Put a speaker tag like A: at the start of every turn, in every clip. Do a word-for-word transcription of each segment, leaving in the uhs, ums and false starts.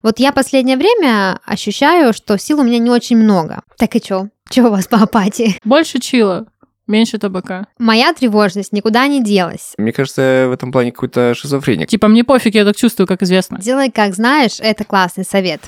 A: Вот я последнее время ощущаю, что сил у меня не очень много. Так и чё? Чё у вас по апатии?
B: Больше чила, меньше табака.
A: Моя тревожность никуда не делась.
C: Мне кажется, в этом плане какой-то шизофреник.
B: Типа мне пофиг, я так чувствую, как известно.
A: Делай как знаешь, это классный совет.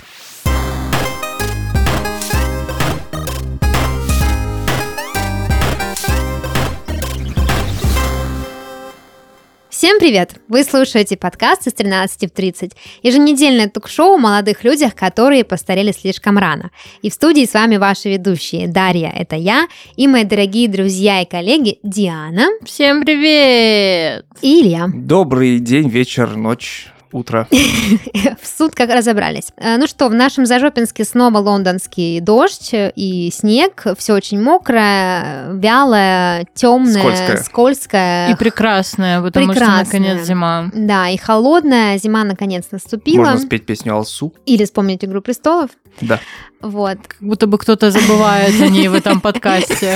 A: Всем привет! Вы слушаете подкаст «С тринадцати в тридцать», еженедельное ток-шоу о молодых людях, которые постарели слишком рано. И в студии с вами ваши ведущие Дарья, это я, и мои дорогие друзья и коллеги Диана.
B: Всем привет!
A: И Илья.
C: Добрый день, вечер, ночь. Утро.
A: В сутках разобрались. Ну что, в нашем Зажопинске снова лондонский дождь и снег. Все очень мокрое, вялое, темное,
C: скользкое.
A: скользкое.
B: И прекрасное, потому
A: Прекрасное.
B: что наконец зима.
A: Да, и холодная. Зима наконец наступила.
C: Можно спеть песню «Алсу».
A: Или вспомнить «Игру престолов».
C: Да.
A: Вот.
B: Как будто бы кто-то забывает о ней в этом подкасте.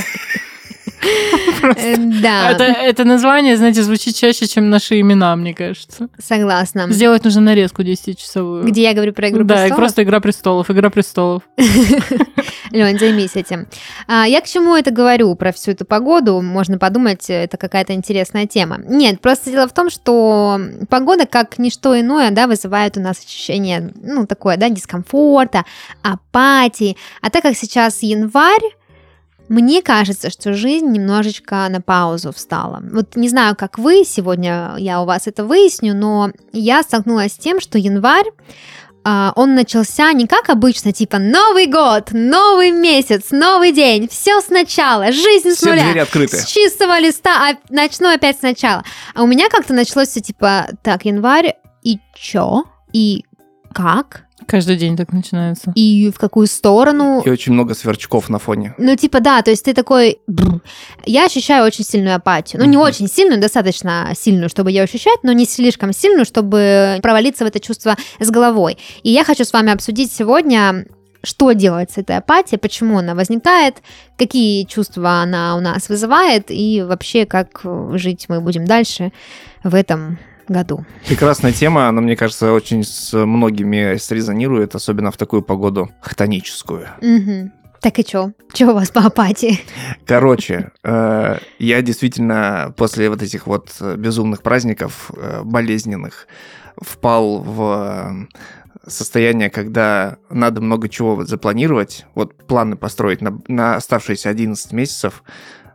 A: Да,
B: Это, это название, знаете, звучит чаще, чем наши имена, мне кажется.
A: согласна.
B: Сделать нужно нарезку десятичасовую.
A: Где я говорю про «Игру
B: Да, и
A: престолов».
B: просто «Игра престолов», «Игра престолов».
A: Лёнь, займись этим. А, я к чему это говорю, про всю эту погоду? Можно подумать, это какая-то интересная тема. Нет, просто дело в том, что погода, как ничто иное, да, вызывает у нас ощущение, ну, такое, да, дискомфорта, апатии. А так как сейчас январь, мне кажется, что жизнь немножечко на паузу встала. Вот не знаю, как вы, сегодня я у вас это выясню, но я столкнулась с тем, что январь, он начался не как обычно, типа Новый год, новый месяц, новый день, все сначала, жизнь с
C: Все
A: нуля,
C: двери открыты.
A: с чистого листа, а начну опять сначала. А у меня как-то началось все типа, так, январь, и чё? И как?
B: Каждый день так начинается.
A: И в какую сторону?
C: И очень много сверчков на фоне.
A: Ну, типа, да, то есть ты такой... Бррр. Я ощущаю очень сильную апатию. Ну, не
C: Мгм.
A: очень сильную, достаточно сильную, чтобы ее ощущать, но не слишком сильную, чтобы провалиться в это чувство с головой. И я хочу с вами обсудить сегодня, что делать с этой апатией, почему она возникает, какие чувства она у нас вызывает, и вообще, как жить мы будем дальше в этом году.
C: Прекрасная тема, она, мне кажется, очень с многими срезонирует, особенно в такую погоду хтоническую.
A: Мгм. Так и чё? Чё у вас по апатии?
C: Короче, э, я действительно после вот этих вот безумных праздников, э, болезненных, впал в состояние, когда надо много чего запланировать, вот планы построить на, на оставшиеся одиннадцать месяцев,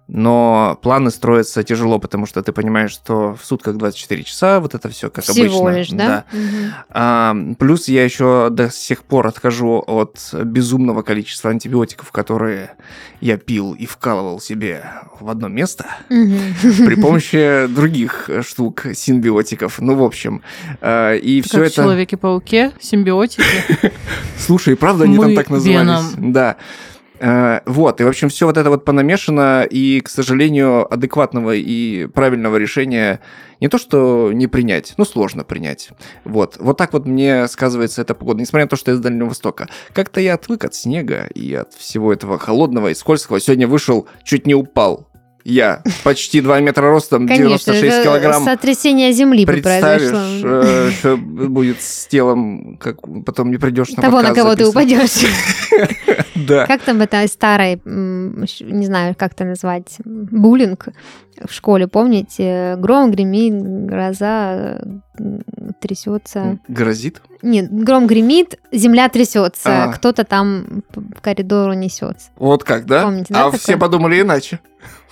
C: но планы строятся тяжело, потому что ты понимаешь, что в сутках двадцать четыре часа, вот это все как
A: Всего
C: обычно.
A: лишь, да? Мгм.
C: А, плюс я еще до сих пор отхожу от безумного количества антибиотиков, которые я пил и вкалывал себе в одно место
A: Мгм.
C: при помощи других штук, симбиотиков. Ну, в общем, э, и все
B: Как в
C: это...
B: Человеке-пауке, симбиотики.
C: Слушай, правда они
B: Мы
C: там так назывались?
B: Веном.
C: Да. Э, Вот, и, в общем, все вот это вот понамешано, и, к сожалению, адекватного и правильного решения не то что не принять, но сложно принять. Вот, вот так вот мне сказывается эта погода, несмотря на то, что я с Дальнего Востока. Как-то я отвык от снега и от всего этого холодного и скользкого. Сегодня вышел, чуть не упал. Я почти два метра ростом, девяносто шесть
A: Конечно,
C: килограмм.
A: сотрясение земли бы
C: Представишь,
A: произошло.
C: э, что будет с телом, как потом не придешь на
A: Того, на
C: подкаст
A: кого ты
C: записывать.
A: упадешь.
C: Да.
A: Как там это старый, м, щ- не знаю, как это назвать, м, буллинг в школе, помните? Гром гремит, гроза м, трясется.
C: Грозит?
A: Нет, гром гремит, земля трясется,
C: А.
A: кто-то там по коридору несется.
C: Вот как, да?
A: Помните, да,
C: а
A: такое?
C: все подумали иначе.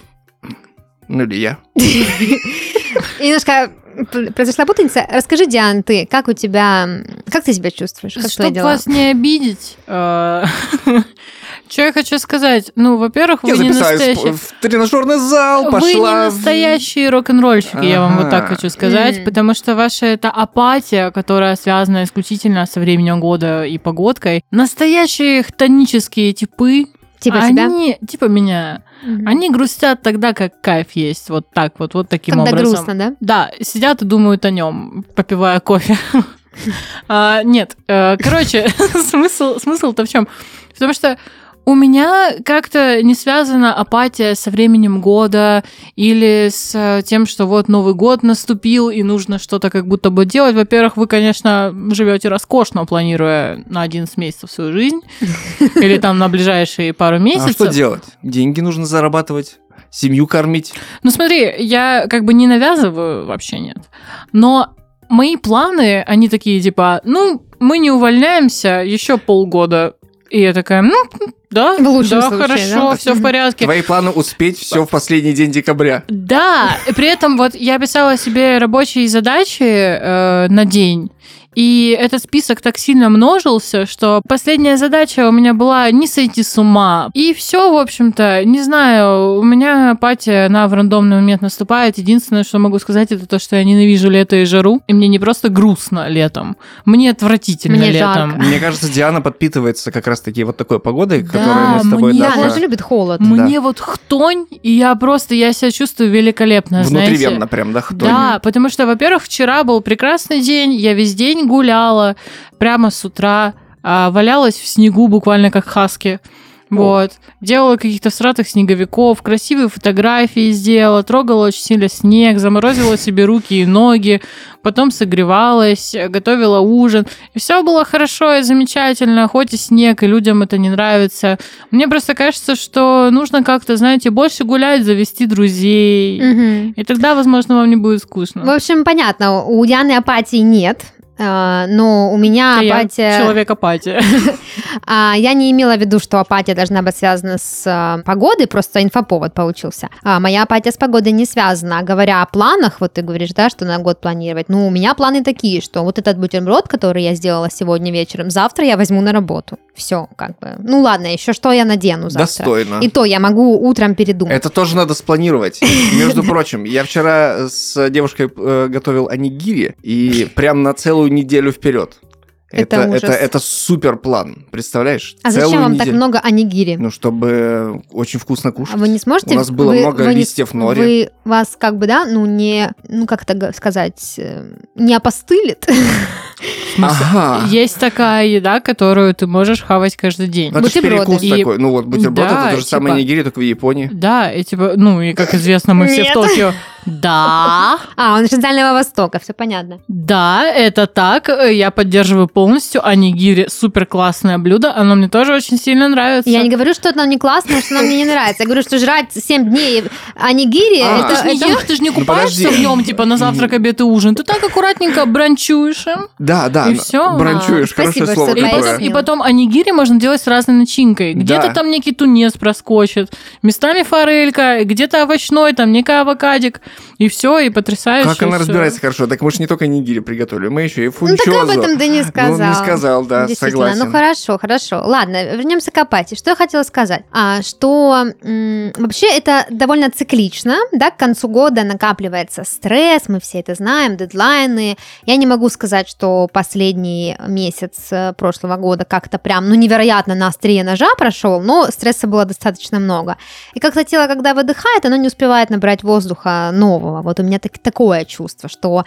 C: Ну или я.
A: И немножко п- произошла путаница. Расскажи, Диан, ты, как у тебя, как ты себя чувствуешь? Как твои
B: Чтоб
A: дела?
B: вас не обидеть, что я хочу сказать? Ну, во-первых, вы
C: Я
B: не
C: записалась
B: настоящие...
C: в тренажерный зал,
B: Вы
C: пошла...
B: не
C: в-
B: настоящие рок-н-ролльщики, я вам вот так
C: Ага.
B: хочу сказать,
A: Мгм.
B: потому что ваша эта апатия, которая связана исключительно со временем года и погодкой, настоящие хтонические типы,
A: Типа
B: они,
A: тебя?
B: типа меня,
A: Мгм.
B: они грустят тогда, как кайф есть, вот так вот, вот таким
A: Когда
B: образом.
A: грустно, да?
B: Да, сидят и думают о нем, попивая кофе. А, нет, э, короче, смысл, смысл-то в чем? Потому что У меня как-то не связана апатия со временем года или с тем, что вот Новый год наступил и нужно что-то как будто бы делать. Во-первых, вы, конечно, живете роскошно, планируя на одиннадцать месяцев свою жизнь или там на ближайшие пару месяцев.
C: А что делать? Деньги нужно зарабатывать, семью кормить.
B: Ну смотри, я как бы не навязываю, вообще нет. Но мои планы, они такие типа, ну, мы не увольняемся еще полгода. И я такая, ну, да,
A: В лучшем
B: да,
A: случае,
B: хорошо,
A: да?
B: все в порядке.
C: Твои планы успеть все в последний день декабря.
B: Да, и при этом вот я писала себе рабочие задачи э, на день, и этот список так сильно множился, что последняя задача у меня была не сойти с ума. И все, в общем-то, не знаю, у меня апатия, она в рандомный момент наступает. Единственное, что могу сказать, это то, что я ненавижу лето и жару. И мне не просто грустно летом, мне отвратительно
A: Мне
B: летом.
A: жарко.
C: Мне кажется, Диана подпитывается как раз-таки вот такой погодой,
B: Да,
C: которую мы с тобой
B: мне
A: Да,
C: даже
A: она же любит холод.
B: Мне вот хтонь, и я просто, я себя чувствую великолепно, знаете.
C: внутривенно прям, да, хтонь.
B: Да, потому что, во-первых, вчера был прекрасный день, я весь день гуляла, прямо с утра, а, валялась в снегу буквально как хаски. Вот. Делала каких-то всратых снеговиков, красивые фотографии сделала, трогала очень сильно снег, заморозила себе руки и ноги, потом согревалась, готовила ужин. И все было хорошо и замечательно, хоть и снег, и людям это не нравится. Мне просто кажется, что нужно как-то, знаете, больше гулять, завести друзей.
A: Мгм.
B: И тогда, возможно, вам не будет скучно.
A: В общем, понятно, у Дианы апатии нет, а, но у меня
B: А я
A: апатия...
B: человек-апатия.
A: А, я не имела в виду, что апатия должна быть связана с а, погодой, просто инфоповод получился. А, моя апатия с погодой не связана. А говоря о планах, вот ты говоришь, да, что на год планировать, ну, у меня планы такие, что вот этот бутерброд, который я сделала сегодня вечером, завтра я возьму на работу. Все, как бы. Ну, ладно, еще что я надену завтра.
C: Достойно.
A: И то я могу утром передумать.
C: Это тоже надо спланировать. Между прочим, я вчера с девушкой э, готовил онигири, и прям на целую неделю вперед.
A: Это
C: Это,
A: ужас.
C: это, это супер план, представляешь?
A: А
C: Целую
A: зачем вам так
C: неделю.
A: много онигири?
C: Ну, чтобы очень вкусно кушать.
A: А вы не сможете?
C: У нас было
A: вы-
C: много
A: вы не-
C: листьев нори.
A: Вы вас как бы, да, ну не, ну как это г- сказать, э, не опостылит?
C: Ага.
B: Есть такая еда, которую ты можешь хавать каждый день.
C: Ну, это ж
A: бутерброды.
C: перекус
B: И-
C: такой. Ну, вот бутерброд
B: Да,
C: это то же самое
B: типа-
C: нигири, только в Японии.
B: Да, и типа, ну, и как известно, мы все в
A: Нет.
B: Токио. Да,
A: А, он из Дальнего Востока, все понятно.
B: да, это так, я поддерживаю полностью. Онигири супер классное блюдо, оно мне тоже очень сильно нравится.
A: Я не говорю, что это нам не классно, что нам мне не нравится. Я говорю, что жрать семь дней онигири,
C: А.
A: это...
B: Ты ж не
A: это-
B: ешь, ты же не
C: Ну,
B: купаешься
C: подожди.
B: в нем, типа, на завтрак, обед и ужин. Ты так аккуратненько бранчуешь им.
C: Да, да.
B: И
C: ну,
B: всё.
C: Бранчуешь,
A: А, спасибо,
C: хорошее
A: что
C: слово
A: ты
B: И
C: такое.
B: потом,
A: пояснила.
B: и потом онигири можно делать с разной начинкой. Где-то
C: Да.
B: там некий тунец проскочит, местами форелька, где-то овощной, там некий авокадик. И все, и потрясающе.
C: Как она
B: всё.
C: разбирается хорошо? Так мы же не только нигири приготовили, мы еще и
A: Ну
C: фунчозу.
A: так об этом ты не сказал.
C: Ну, не сказал, да,
A: Действительно,
C: согласен.
A: ну хорошо, хорошо. Ладно, вернемся к апатии. Что я хотела сказать? А, что м, вообще это довольно циклично, да, к концу года накапливается стресс, мы все это знаем, дедлайны. Я не могу сказать, что последний месяц э, прошлого года как-то прям, ну, невероятно на острие ножа прошел, но стресса было достаточно много. И как-то тело, когда выдыхает, оно не успевает набрать воздуха нового. Вот у меня так, такое чувство, что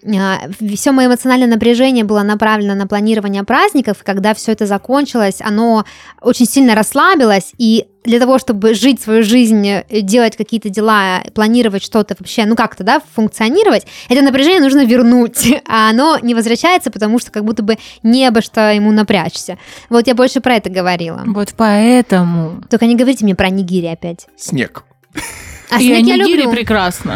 A: все мое эмоциональное напряжение было направлено на планирование праздников, и когда все это закончилось, оно очень сильно расслабилось, и для того, чтобы жить свою жизнь, делать какие-то дела, планировать что-то вообще, ну как-то, да, функционировать, это напряжение нужно вернуть, а оно не возвращается, потому что как будто бы не обо что ему напрячься. Вот я больше про это говорила.
B: Вот поэтому.
A: Только не говорите мне про нигири опять.
C: Снег.
A: А
B: И
A: снег я
B: онигири
A: люблю.
B: прекрасно.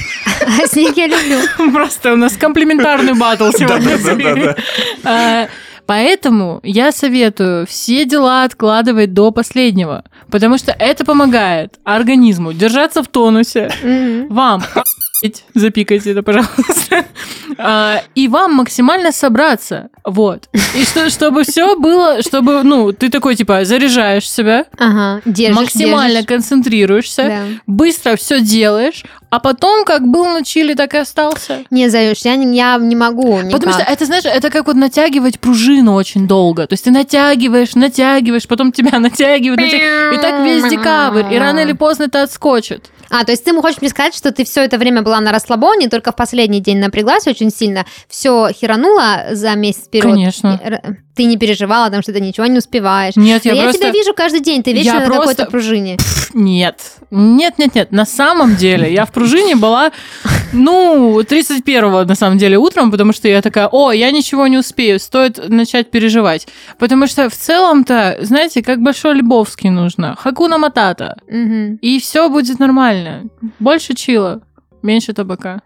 A: А снег я люблю.
B: Просто у нас комплиментарный батл сегодня.
C: Да-да-да-да.
B: А, Поэтому я советую все дела откладывать до последнего, потому что это помогает организму держаться в тонусе,
A: Мгм.
B: вам запикайте это, пожалуйста, А, и вам максимально собраться, вот. И что, чтобы все было, чтобы, ну, ты такой, типа, заряжаешь себя,
A: Ага, держишь,
B: максимально
A: держишь.
B: концентрируешься,
A: Да.
B: быстро все делаешь, а потом как был на чили, так и остался.
A: Не, Заюш, я не, я не могу никак.
B: Потому что это, знаешь, это как вот натягивать пружину очень долго. То есть ты натягиваешь, натягиваешь, потом тебя натягивают, натягивают. И так весь декабрь. И рано или поздно это отскочит.
A: А, то есть ты хочешь мне сказать, что ты все это время была на расслабоне, только в последний день напряглась очень сильно, все херанула за месяц вперед?
B: Конечно.
A: Ты не переживала, потому что ты ничего не успеваешь.
B: Нет, я,
A: я
B: просто...
A: тебя вижу каждый день, ты вечно
B: я
A: на
B: просто...
A: какой-то пружине.
B: Пфф, нет. Нет, нет, нет. На самом деле я в пружине была, ну, тридцать первого, на самом деле, утром, потому что я такая, о, я ничего не успею, стоит начать переживать. Потому что в целом-то, знаете, как Большой Лебовский нужно. Хакуна Матата.
A: Угу.
B: И все будет нормально. Больше чила, меньше табака.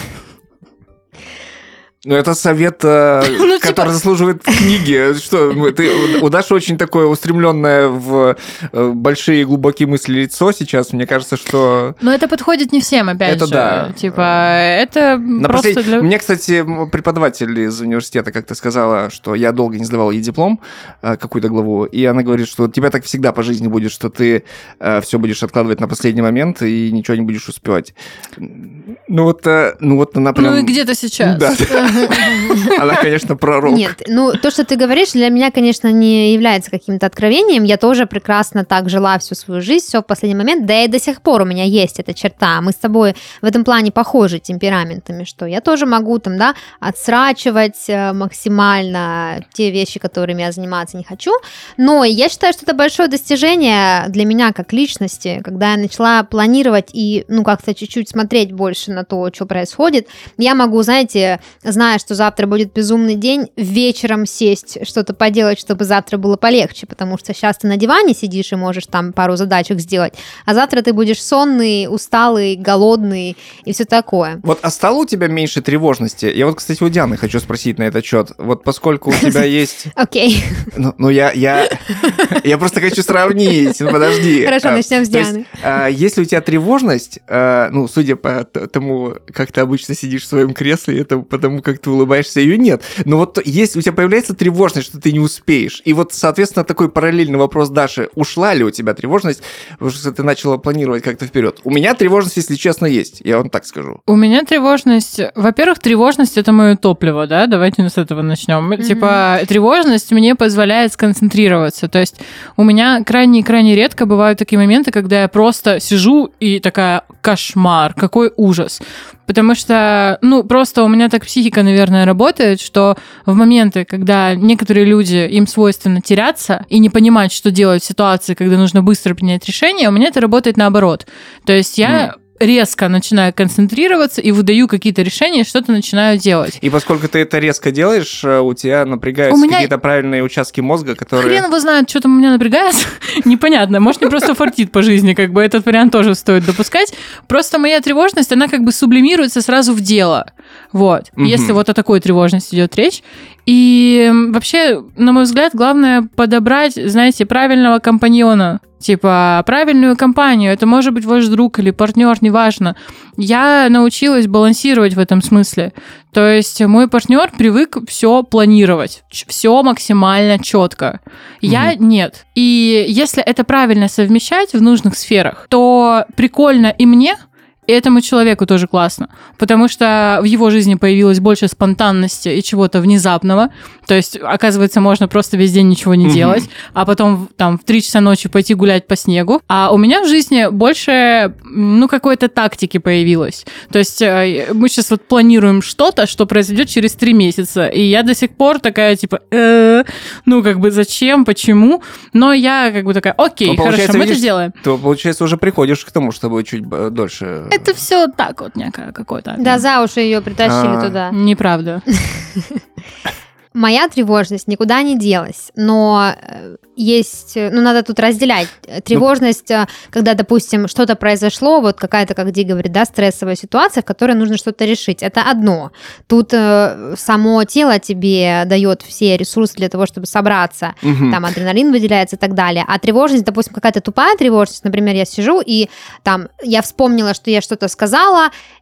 C: Ну, это совет, э,
B: Ну,
C: который
B: типа-
C: заслуживает книги. Что, ты, у Даши очень такое устремленное в э, большие глубокие мысли лицо сейчас. Мне кажется, что...
B: Но это подходит не всем, опять
C: Это
B: же.
C: да.
B: Типа, это
C: На
B: просто
C: послед-
B: для...
C: Мне, кстати, преподаватель из университета как-то сказала, что я долго не сдавал ей диплом, э, какую-то главу, и она говорит, что у тебя так всегда по жизни будет, что ты э, все будешь откладывать на последний момент и ничего не будешь успевать. Ну вот, э, ну вот она прям...
B: Ну и где-то сейчас.
C: Да. Она, конечно, пророк.
A: Нет, ну то, что ты говоришь, для меня, конечно, не является каким-то откровением. Я тоже прекрасно так жила всю свою жизнь, все в последний момент, да и до сих пор у меня есть эта черта. Мы с тобой в этом плане похожи темпераментами, что я тоже могу там, да, отсрачивать максимально те вещи, которыми я заниматься не хочу. Но я считаю, что это большое достижение для меня как личности, когда я начала планировать и, ну, как-то чуть-чуть смотреть больше на то, что происходит. Я могу, знаете, зная, что завтра будет безумный день, вечером сесть, что-то поделать, чтобы завтра было полегче, потому что сейчас ты на диване сидишь и можешь там пару задачек сделать, а завтра ты будешь сонный, усталый, голодный и все такое.
C: Вот, а стало у тебя меньше тревожности? Я вот, кстати, у Дианы хочу спросить на этот счет. Вот поскольку у тебя есть...
A: Окей.
C: Ну, ну, я, я, я просто хочу сравнить. Ну, подожди.
A: Хорошо,
C: А,
A: начнем с
C: то есть,
A: Дианы.
C: а, если у тебя тревожность, а, ну, судя по т- тому, как ты обычно сидишь в своем кресле, это потому, как ты улыбаешься, ее нет. Но вот если у тебя появляется тревожность, что ты не успеешь, и вот, соответственно, такой параллельный вопрос Даши, ушла ли у тебя тревожность, потому что ты начала планировать как-то вперед? У меня тревожность, если честно, есть, я вам так скажу.
B: У меня тревожность... Во-первых, тревожность — это мое топливо, да? Давайте с этого начнем. Mm-hmm. Типа, тревожность мне позволяет сконцентрироваться. То есть у меня крайне-крайне редко бывают такие моменты, когда я просто сижу и такая, кошмар, какой ужас. Потому что, ну, просто у меня так психика, наверное, работает, что в моменты, когда некоторые люди, им свойственно теряться и не понимать, что делать в ситуации, когда нужно быстро принять решение, у меня это работает наоборот. То есть я... Mm. резко начинаю концентрироваться и выдаю какие-то решения, что-то начинаю делать.
C: И поскольку ты это резко делаешь, у тебя напрягаются
B: У меня...
C: какие-то правильные участки мозга, которые...
B: Хрен его знает, что там у меня напрягается. Непонятно. Может, мне просто фартит по жизни, как бы этот вариант тоже стоит допускать. Просто моя тревожность, она как бы сублимируется сразу в дело. Вот. Mm-hmm. Если вот о такой тревожности идет речь. И вообще, на мой взгляд, главное подобрать, знаете, правильного компаньона. Типа, правильную компанию. Это может быть ваш друг или партнер, неважно. Я научилась балансировать в этом смысле. То есть мой партнер привык все планировать, все максимально четко. Я mm-hmm. нет. И если это правильно совмещать в нужных сферах, то прикольно и мне, и этому человеку тоже классно, потому что в его жизни появилось больше спонтанности и чего-то внезапного. То есть, оказывается, можно просто весь день ничего не mm-hmm. делать, а потом там в три часа ночи пойти гулять по снегу. А у меня в жизни больше, ну, какой-то тактики появилось. То есть мы сейчас вот планируем что-то, что произойдет через три месяца, и я до сих пор такая, типа, э, ну, как бы, зачем, почему? Но я как бы такая, окей, ну, хорошо, мы видишь, это делаем.
C: То, получается, уже приходишь к тому, чтобы чуть дольше...
B: Это все так вот некое какое-то.
A: Да, за уши ее притащили А-а-а. туда.
B: Неправда.
A: Моя тревожность никуда не делась, но есть, ну, надо тут разделять. Тревожность, ну, когда, допустим, что-то произошло, вот какая-то, как Ди говорит, да, стрессовая ситуация, в которой нужно что-то решить. Это одно. Тут э, само тело тебе дает все ресурсы для того, чтобы собраться. Угу. Там адреналин выделяется и так далее. А тревожность, допустим, какая-то тупая тревожность, например, я сижу и там я вспомнила, что я что-то сказала,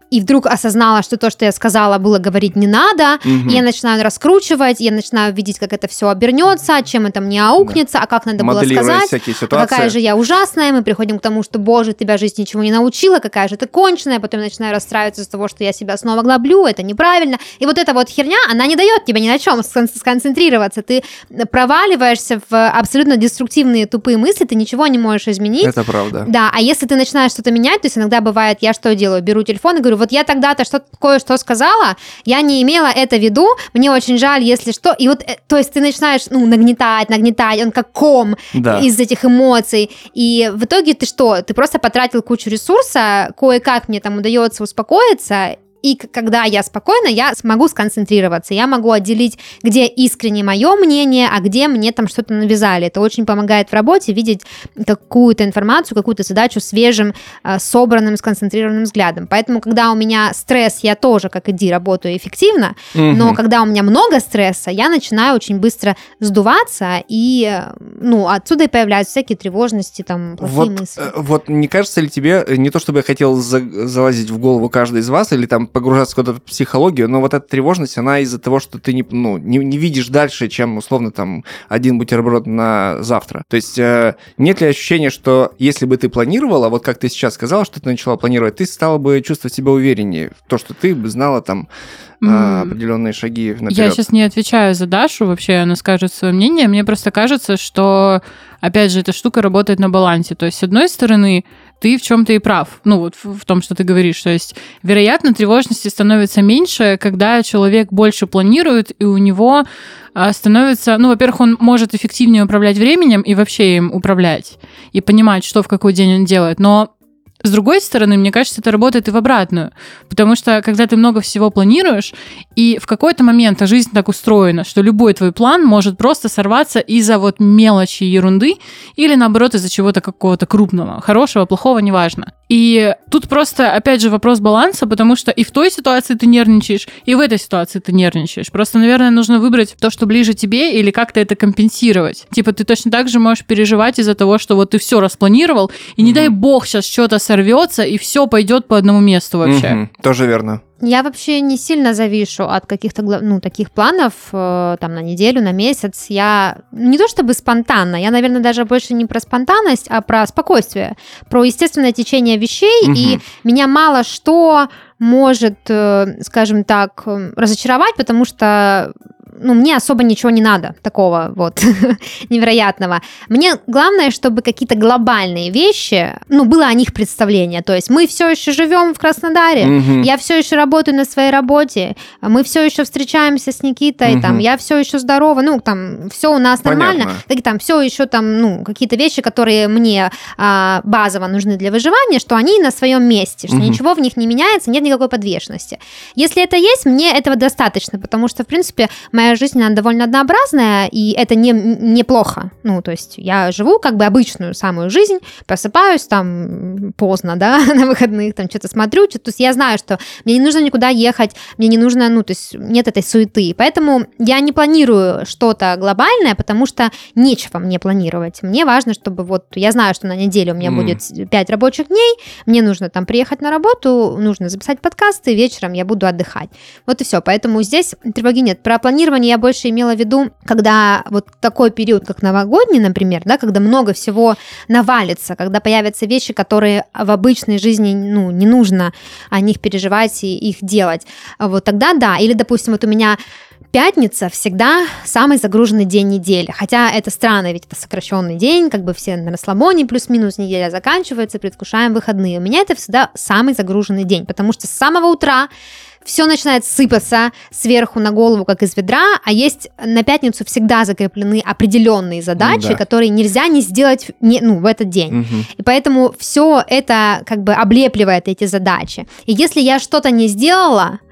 A: и вдруг осознала, что то, что я сказала, было говорить не надо, угу. и я начинаю раскручивать, я начинаю видеть, как это все обернется, чем это мне аукнется, да. а как надо было сказать, а какая же я ужасная, мы приходим к тому, что, боже, тебя жизнь ничего не научила, какая же ты конченая, потом я начинаю расстраиваться из-за того, что я себя снова гноблю, это неправильно, и вот эта вот херня, она не дает тебе ни на чем сконцентрироваться, ты проваливаешься в абсолютно деструктивные тупые мысли, ты ничего не можешь изменить.
C: Это правда.
A: Да, а если ты начинаешь что-то менять, то есть иногда бывает, я что делаю, беру телефон и говорю, вот я тогда-то что-то кое-что сказала, я не имела это в виду, мне очень жаль, если что, и вот, то есть ты начинаешь, ну, нагнетать, нагнетать, он как ком да. из этих эмоций, и в итоге ты что, ты просто потратил кучу ресурса, кое-как мне там удается успокоиться, и когда я спокойна, я смогу сконцентрироваться, я могу отделить, где искренне мое мнение, а где мне там что-то навязали. Это очень помогает в работе видеть какую-то информацию, какую-то задачу свежим, собранным, сконцентрированным взглядом. Поэтому, когда у меня стресс, я тоже, как и Ди, работаю эффективно, угу. но когда у меня много стресса, я начинаю очень быстро сдуваться, и ну, отсюда и появляются всякие тревожности, там, плохие
C: вот,
A: мысли.
C: Вот не кажется ли тебе, не то чтобы я хотел за- залазить в голову каждой из вас, или там погружаться куда-то в психологию, но вот эта тревожность, она из-за того, что ты не, ну, не, не видишь дальше, чем, условно, там, один бутерброд на завтра. То есть э, нет ли ощущения, что если бы ты планировала, вот как ты сейчас сказала, что ты начала планировать, ты стала бы чувствовать себя увереннее в то, что ты бы знала там mm. определенные шаги наперед.
B: Я сейчас не отвечаю за Дашу, вообще она скажет свое мнение, мне просто кажется, что, опять же, эта штука работает на балансе. То есть, с одной стороны, ты в чем-то и прав, ну вот в, в том, что ты говоришь. То есть, вероятно, тревожности становится меньше, когда человек больше планирует, и у него а, становится, ну, во-первых, он может эффективнее управлять временем и вообще им управлять, и понимать, что в какой день он делает. Но с другой стороны, мне кажется, это работает и в обратную, потому что когда ты много всего планируешь, и в какой-то момент жизнь так устроена, что любой твой план может просто сорваться из-за вот мелочи, ерунды, или наоборот из-за чего-то какого-то крупного, хорошего, плохого, неважно. И тут просто, опять же, вопрос баланса, потому что и в той ситуации ты нервничаешь, и в этой ситуации ты нервничаешь. Просто, наверное, нужно выбрать то, что ближе тебе, или как-то это компенсировать. Типа ты точно так же можешь переживать из-за того, что вот ты все распланировал, и не mm-hmm. дай бог сейчас что-то сорвется, и все пойдет по одному месту вообще.
C: Mm-hmm. Тоже верно.
A: Я вообще не сильно завишу от каких-то, ну, таких планов, э, там, на неделю, на месяц. Я не то чтобы спонтанно, я, наверное, даже больше не про спонтанность, а про спокойствие, про естественное течение вещей, угу. и меня мало что может, э, скажем так, разочаровать, потому что ну, мне особо ничего не надо такого вот невероятного. Мне главное, чтобы какие-то глобальные вещи, ну, было о них представление. То есть мы все еще живем в Краснодаре, mm-hmm. я все еще работаю на своей работе, мы все еще встречаемся с Никитой, mm-hmm. там, я все еще здорова, ну, там, все у нас Понятно. Нормально. Так, там, все еще там, ну, какие-то вещи, которые мне а, базово нужны для выживания, что они на своем месте, что mm-hmm. ничего в них не меняется, нет никакой подвешенности. Если это есть, мне этого достаточно, потому что, в принципе, моя Моя жизнь, она довольно однообразная, и это не, неплохо. Ну, то есть я живу как бы обычную самую жизнь, просыпаюсь там поздно, да, на выходных, там что-то смотрю, что-то, то есть я знаю, что мне не нужно никуда ехать, мне не нужно, ну, то есть нет этой суеты. Поэтому я не планирую что-то глобальное, потому что нечего мне планировать. Мне важно, чтобы вот, я знаю, что на неделю у меня mm. будет пять рабочих дней, мне нужно там приехать на работу, нужно записать подкасты, вечером я буду отдыхать. Вот и все. Поэтому здесь тревоги нет. Про планирование я больше имела в виду, когда вот такой период, как новогодний, например, да, когда много всего навалится, когда появятся вещи, которые в обычной жизни, ну, не нужно о них переживать и их делать. Вот тогда да. Или, допустим, вот у меня пятница всегда самый загруженный день недели. Хотя это странно, ведь это сокращенный день, как бы все на расслабоне, плюс-минус неделя заканчивается, предвкушаем выходные. У меня это всегда самый загруженный день, потому что с самого утра все начинает сыпаться сверху на голову, как из ведра, а есть на пятницу всегда закреплены определенные задачи, да. которые нельзя не сделать не, ну, в этот день. Угу. И поэтому все это как бы облепливает эти задачи. И если я что-то не сделала,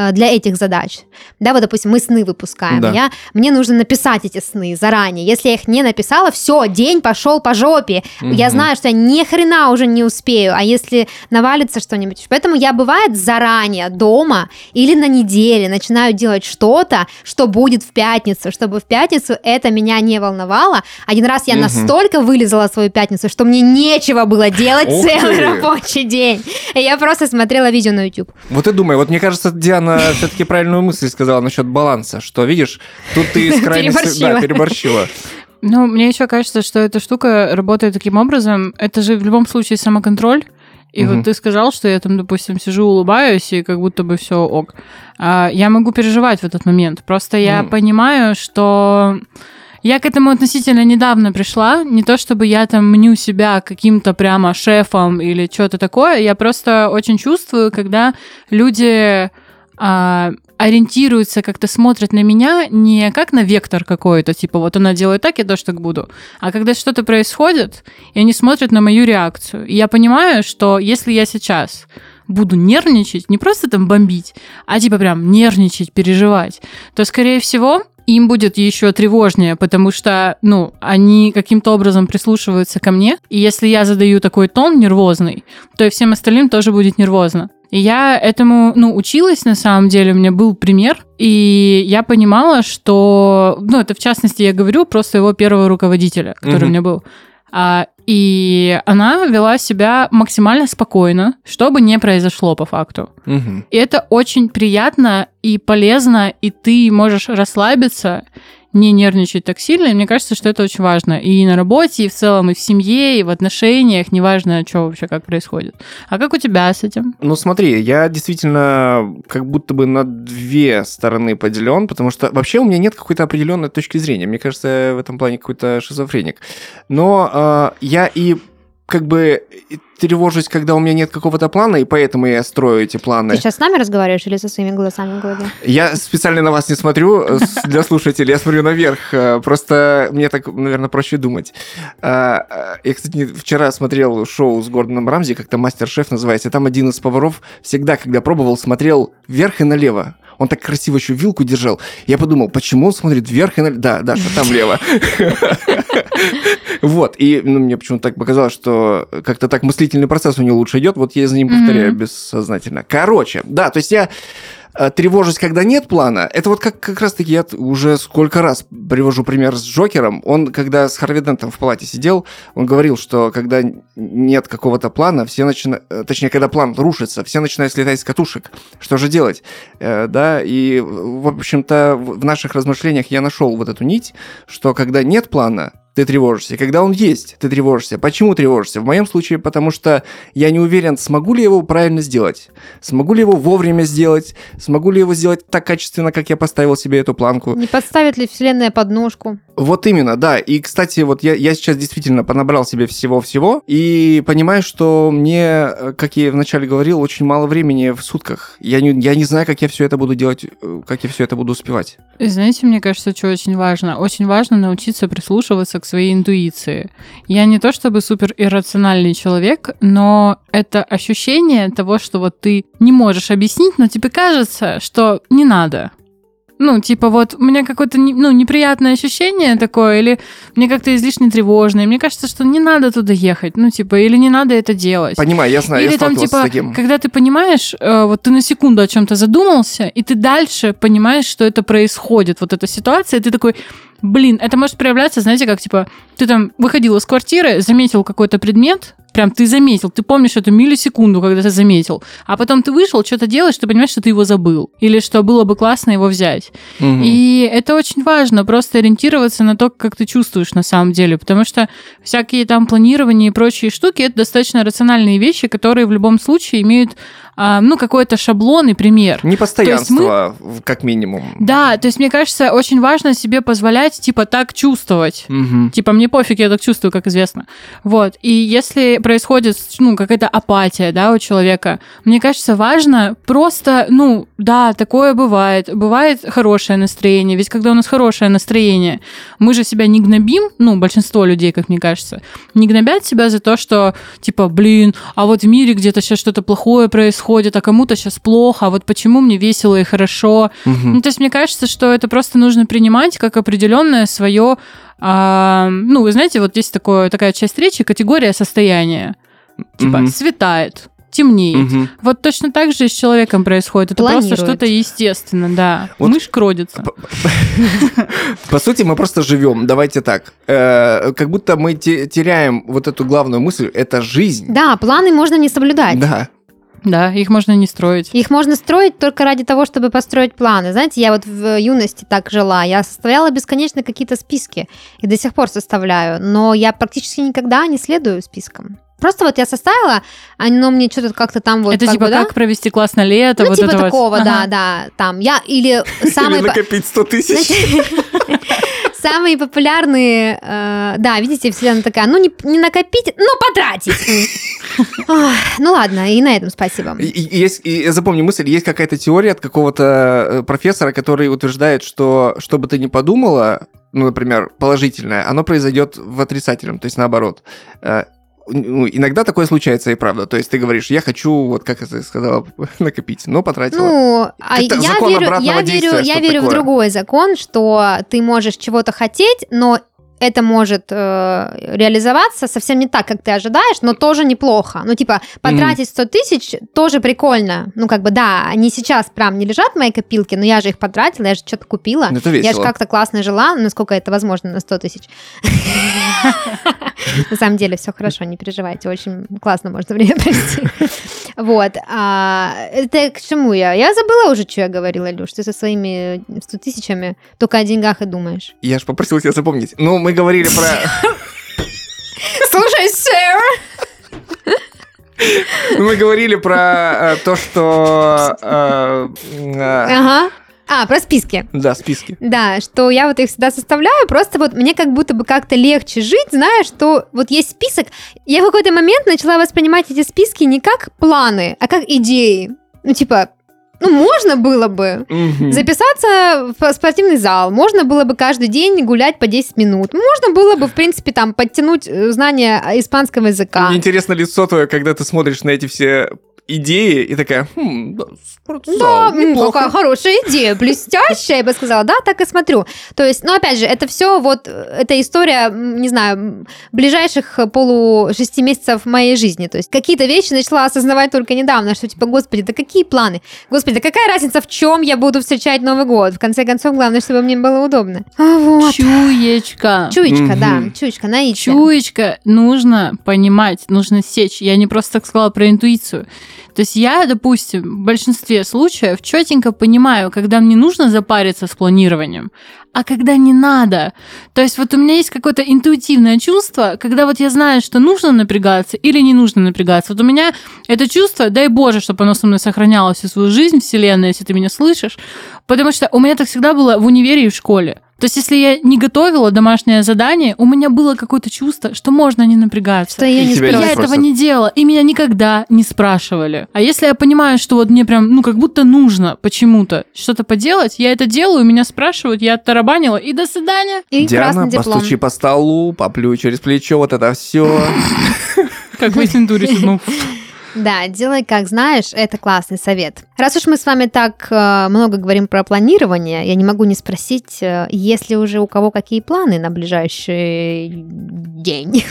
A: для этих задач. Да, вот, допустим, мы сны выпускаем.
C: Да.
A: Я, мне нужно написать эти сны заранее. Если я их не написала, все, день пошел по жопе. Угу. Я знаю, что я ни хрена уже не успею. А если навалится что-нибудь? Поэтому я, бывает, заранее дома или на неделе начинаю делать что-то, что будет в пятницу, чтобы в пятницу это меня не волновало. Один раз я угу. настолько вылезала свою пятницу, что мне нечего было делать
C: Ух
A: целый
C: ты.
A: рабочий день. И я просто смотрела видео на YouTube.
C: Вот и думаю, вот мне кажется, Диана все-таки правильную мысль сказала насчет баланса, что, видишь, тут ты из крайности... Да, переборщила.
B: Ну, мне еще кажется, что эта штука работает таким образом. Это же в любом случае самоконтроль. И угу. вот ты сказал, что я там, допустим, сижу, улыбаюсь, и как будто бы все ок. А, я могу переживать в этот момент. Просто я mm. понимаю, что я к этому относительно недавно пришла. Не то, чтобы я там мню себя каким-то прямо шефом или что-то такое. Я просто очень чувствую, когда люди а, ориентируются, как-то смотрят на меня не как на вектор какой-то, типа вот она делает так, я тоже так буду, а когда что-то происходит, и они смотрят на мою реакцию. И я понимаю, что если я сейчас буду нервничать, не просто там бомбить, а типа прям нервничать, переживать, то, скорее всего, им будет еще тревожнее, потому что, ну, они каким-то образом прислушиваются ко мне, и если я задаю такой тон нервозный, то и всем остальным тоже будет нервозно. И я этому, ну, училась, на самом деле, у меня был пример, и я понимала, что, ну, это в частности я говорю про своего первого руководителя, который mm-hmm. у меня был. А, и она вела себя максимально спокойно, что бы ни произошло по факту. Mm-hmm. И это очень приятно и полезно, и ты можешь расслабиться, не нервничать так сильно, и мне кажется, что это очень важно. И на работе, и в целом, и в семье, и в отношениях, неважно, что вообще, как происходит. А как у тебя с этим?
C: Ну, смотри, я действительно как будто бы на две стороны поделен, потому что вообще у меня нет какой-то определенной точки зрения. Мне кажется, я в этом плане какой-то шизофреник. Но э, я и как бы тревожусь, когда у меня нет какого-то плана, и поэтому я строю эти планы.
A: Ты сейчас с нами разговариваешь или со своими глазами в голове?
C: Я специально на вас не смотрю для слушателей, я смотрю наверх. Просто мне так, наверное, проще думать. Я, кстати, вчера смотрел шоу с Гордоном Рамзи, как-то «Мастер-шеф» называется. Там один из поваров всегда, когда пробовал, смотрел вверх и налево. Он так красиво еще вилку держал. Я подумал, почему он смотрит вверх и налево? Да, Даша, там влево. Вот, и ну, мне почему-то так показалось, что как-то так мыслительный процесс у него лучше идет, вот я за ним повторяю mm-hmm. бессознательно. Короче, да, то есть я э, тревожусь, когда нет плана. Это вот как, как раз-таки я уже сколько раз привожу пример с Джокером. Он, когда с Харви Дентом в палате сидел, он говорил, что когда нет какого-то плана, все начинают, точнее, когда план рушится, все начинают слетать с катушек. Что же делать? Э, да, и, в общем-то, в наших размышлениях я нашел вот эту нить, что когда нет плана, ты тревожишься. Когда он есть, ты тревожишься. Почему тревожишься? В моем случае, потому что я не уверен, смогу ли я его правильно сделать. Смогу ли его вовремя сделать. Смогу ли его сделать так качественно, как я поставил себе эту планку.
A: Не подставит ли вселенная подножку?
C: Вот именно, да. И, кстати, вот я, я сейчас действительно понабрал себе всего-всего и понимаю, что мне, как я вначале говорил, очень мало времени в сутках. Я не, я не знаю, как я все это буду делать, как я все это буду успевать.
B: И знаете, мне кажется, что очень важно? Очень важно научиться прислушиваться к своей интуиции. Я не то чтобы супер иррациональный человек, но это ощущение того, что вот ты не можешь объяснить, но тебе кажется, что не надо. Ну, типа вот у меня какое-то ну, неприятное ощущение такое, или мне как-то излишне тревожно, и мне кажется, что не надо туда ехать, ну, типа, или не надо это делать.
C: Понимаю, я знаю,
B: или
C: я
B: там,
C: сталкивался
B: типа,
C: с таким.
B: когда ты понимаешь, вот ты на секунду о чем-то задумался, и ты дальше понимаешь, что это происходит, вот эта ситуация, и ты такой... Блин, это может проявляться, знаете, как, типа, ты там выходил из квартиры, заметил какой-то предмет, прям ты заметил, ты помнишь эту миллисекунду, когда ты заметил, а потом ты вышел, что-то делаешь, ты понимаешь, что ты его забыл, или что было бы классно его взять. Угу. И это очень важно, просто ориентироваться на то, как ты чувствуешь на самом деле, потому что всякие там планирования и прочие штуки, это достаточно рациональные вещи, которые в любом случае имеют ну, какой-то шаблон и пример.
C: Непостоянство, мы... как минимум.
B: Да, то есть, мне кажется, очень важно себе позволять, типа, так чувствовать. Угу. Типа, мне пофиг, я так чувствую, как известно. Вот. И если происходит, ну, какая-то апатия, да, у человека, мне кажется, важно просто, ну, да, такое бывает. Бывает хорошее настроение. Ведь когда у нас хорошее настроение, мы же себя не гнобим, ну, большинство людей, как мне кажется, не гнобят себя за то, что, типа, блин, а вот в мире где-то сейчас что-то плохое происходит, происходит, а кому-то сейчас плохо, а вот почему мне весело и хорошо.
C: Угу.
B: Ну, то есть мне кажется, что это просто нужно принимать как определенное свое, а, ну, вы знаете, вот есть такое, такая часть речи, категория состояния. Типа
C: Угу.
B: светает, темнеет.
C: Угу.
B: Вот точно так же и с человеком происходит. Это
A: Планирует.
B: просто что-то естественно, да.
C: Вот.
B: Мышь кродится.
C: По сути, мы просто живем. Давайте так. Э, Как будто мы те- теряем вот эту главную мысль. Это жизнь.
A: Да, планы можно не соблюдать.
C: Да.
B: Да, их можно не строить.
A: Их можно строить только ради того, чтобы построить планы. Знаете, я вот в юности так жила. Я составляла бесконечно какие-то списки. И до сих пор составляю. Но я практически никогда не следую спискам. Просто вот я составила, оно мне что-то как-то там вот...
B: Это
A: как
B: типа
A: бы, да?
B: как провести классное лето,
A: Ну,
B: вот
A: типа
B: это вот.
A: такого, да,
B: Ага.
A: да. Там я или самые...
C: Или накопить сто тысяч.
A: Самые популярные, э, да, видите, вселенная такая, ну не, не накопить, но потратить. Ох, ну ладно, и на этом спасибо.
C: И, и есть, и запомни мысль, есть какая-то теория от какого-то э, профессора, который утверждает, что что бы ты ни подумала, ну, например, положительное, оно произойдет в отрицательном, то есть наоборот. Э, ну, иногда такое случается и правда. То есть ты говоришь, я хочу, вот как я сказала, накопить, но потратила.
A: Ну, а
C: Это
A: я
C: закон
A: верю,
C: обратного
A: я
C: действия,
A: верю, я
C: что-то
A: верю в
C: такое.
A: другой закон, что ты можешь чего-то хотеть, но это может э, реализоваться совсем не так, как ты ожидаешь, но тоже неплохо. Ну, типа, потратить сто тысяч тоже прикольно. Ну, как бы, да, они сейчас прям не лежат в моей копилке, но я же их потратила, я же что-то купила.
C: Это
A: Я же
C: весело.
A: как-то классно жила, насколько это возможно на сто тысяч. На самом деле все хорошо, не переживайте, очень классно можно время провести. Вот. А, это к чему я? Я забыла уже, что я говорила, Илюш. Ты со своими сто тысячами только о деньгах и думаешь.
C: Я же попросил тебя запомнить. Ну, мы говорили про...
A: Слушай, сэр!
C: ну, Мы говорили про э, то, что... э, э,
A: Ага. А, про списки.
C: Да, списки.
A: Да, что я вот их всегда составляю, просто вот мне как будто бы как-то легче жить, зная, что вот есть список. Я в какой-то момент начала воспринимать эти списки не как планы, а как идеи. Ну, типа, ну, можно было бы
C: Мгм.
A: записаться в спортивный зал, можно было бы каждый день гулять по десять минут, можно было бы, в принципе, там, подтянуть э, знания испанского языка.
C: Мне интересно лицо твое, когда ты смотришь на эти все идеи и такая, хм, да, спортзал,
A: Да, м,
C: неплохо.
A: какая хорошая идея, блестящая, я бы сказала, да, так и смотрю. То есть, ну, опять же, это все вот, э, это история, м, не знаю, м, ближайших полу шести месяцев моей жизни. То есть, какие-то вещи начала осознавать только недавно, что, типа, господи, да какие планы? Господи, да какая разница, в чем я буду встречать Новый год? В конце концов, главное, чтобы мне было удобно. А, вот.
B: Чуечка.
A: Чуечка,
C: Мгм.
A: да, чуечка, наитие.
B: Чуечка нужно понимать, нужно сечь. Я не просто так сказала про интуицию. То есть я, допустим, в большинстве случаев четенько понимаю, когда мне нужно запариться с планированием, а когда не надо. То есть вот у меня есть какое-то интуитивное чувство, когда вот я знаю, что нужно напрягаться или не нужно напрягаться. Вот у меня это чувство, дай Боже, чтобы оно со мной сохранялось всю свою жизнь, Вселенная, если ты меня слышишь, потому что у меня так всегда было в универе и в школе. То есть, если я не готовила домашнее задание, у меня было какое-то чувство, что можно не напрягаться.
A: Что я
C: И
A: не
C: тебя не
A: спросила.
B: Я
C: спросят.
B: этого не делала, и меня никогда не спрашивали. А если я понимаю, что вот мне прям, ну, как будто нужно почему-то что-то поделать, я это делаю, меня спрашивают, я оттарабанила, и до свидания.
A: И
C: Диана,
A: красный диплом.
C: постучи по столу, поплюй через плечо, вот это все.
B: Как в Эссендуре седьмом.
A: Да, делай как знаешь, это классный совет. Раз уж мы с вами так э, много говорим про планирование, я не могу не спросить, э, есть ли уже у кого какие планы на ближайший день,